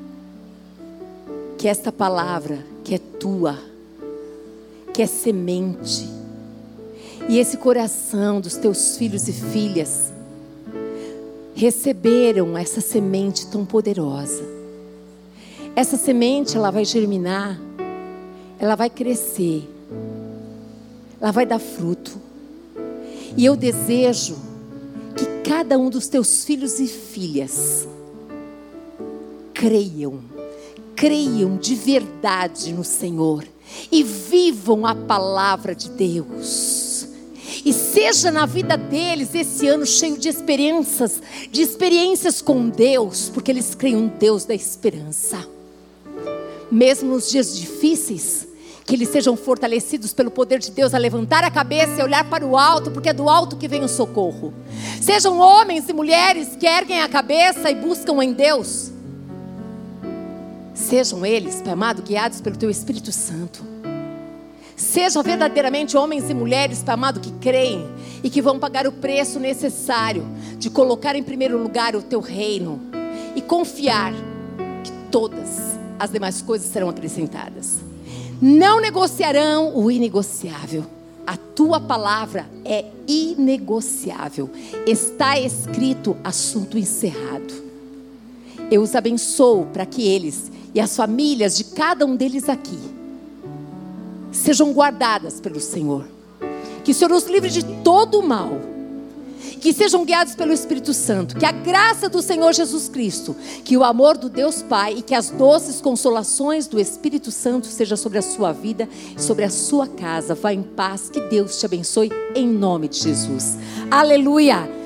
que esta palavra que é tua, que é semente, e esse coração dos teus filhos e filhas receberam essa semente tão poderosa. Essa semente, ela vai germinar, ela vai crescer, ela vai dar fruto. E eu desejo que cada um dos teus filhos e filhas creiam de verdade no Senhor e vivam a palavra de Deus. E seja na vida deles esse ano cheio de experiências com Deus, porque eles creem um Deus da esperança. Mesmo nos dias difíceis, que eles sejam fortalecidos pelo poder de Deus a levantar a cabeça e olhar para o alto, porque é do alto que vem o socorro. Sejam homens e mulheres que erguem a cabeça e buscam em Deus. Sejam eles, Pai amado, guiados pelo Teu Espírito Santo. Sejam verdadeiramente homens e mulheres, Pai amado, que creem e que vão pagar o preço necessário de colocar em primeiro lugar o Teu reino e confiar que todas as demais coisas serão acrescentadas. Não negociarão o inegociável. A Tua palavra é inegociável. Está escrito, assunto encerrado. Eu os abençoo para que eles e as famílias de cada um deles aqui sejam guardadas pelo Senhor. Que o Senhor os livre de todo o mal. Que sejam guiados pelo Espírito Santo. Que a graça do Senhor Jesus Cristo, que o amor do Deus Pai e que as doces consolações do Espírito Santo seja sobre a sua vida e sobre a sua casa. Vá em paz, que Deus te abençoe em nome de Jesus. Aleluia!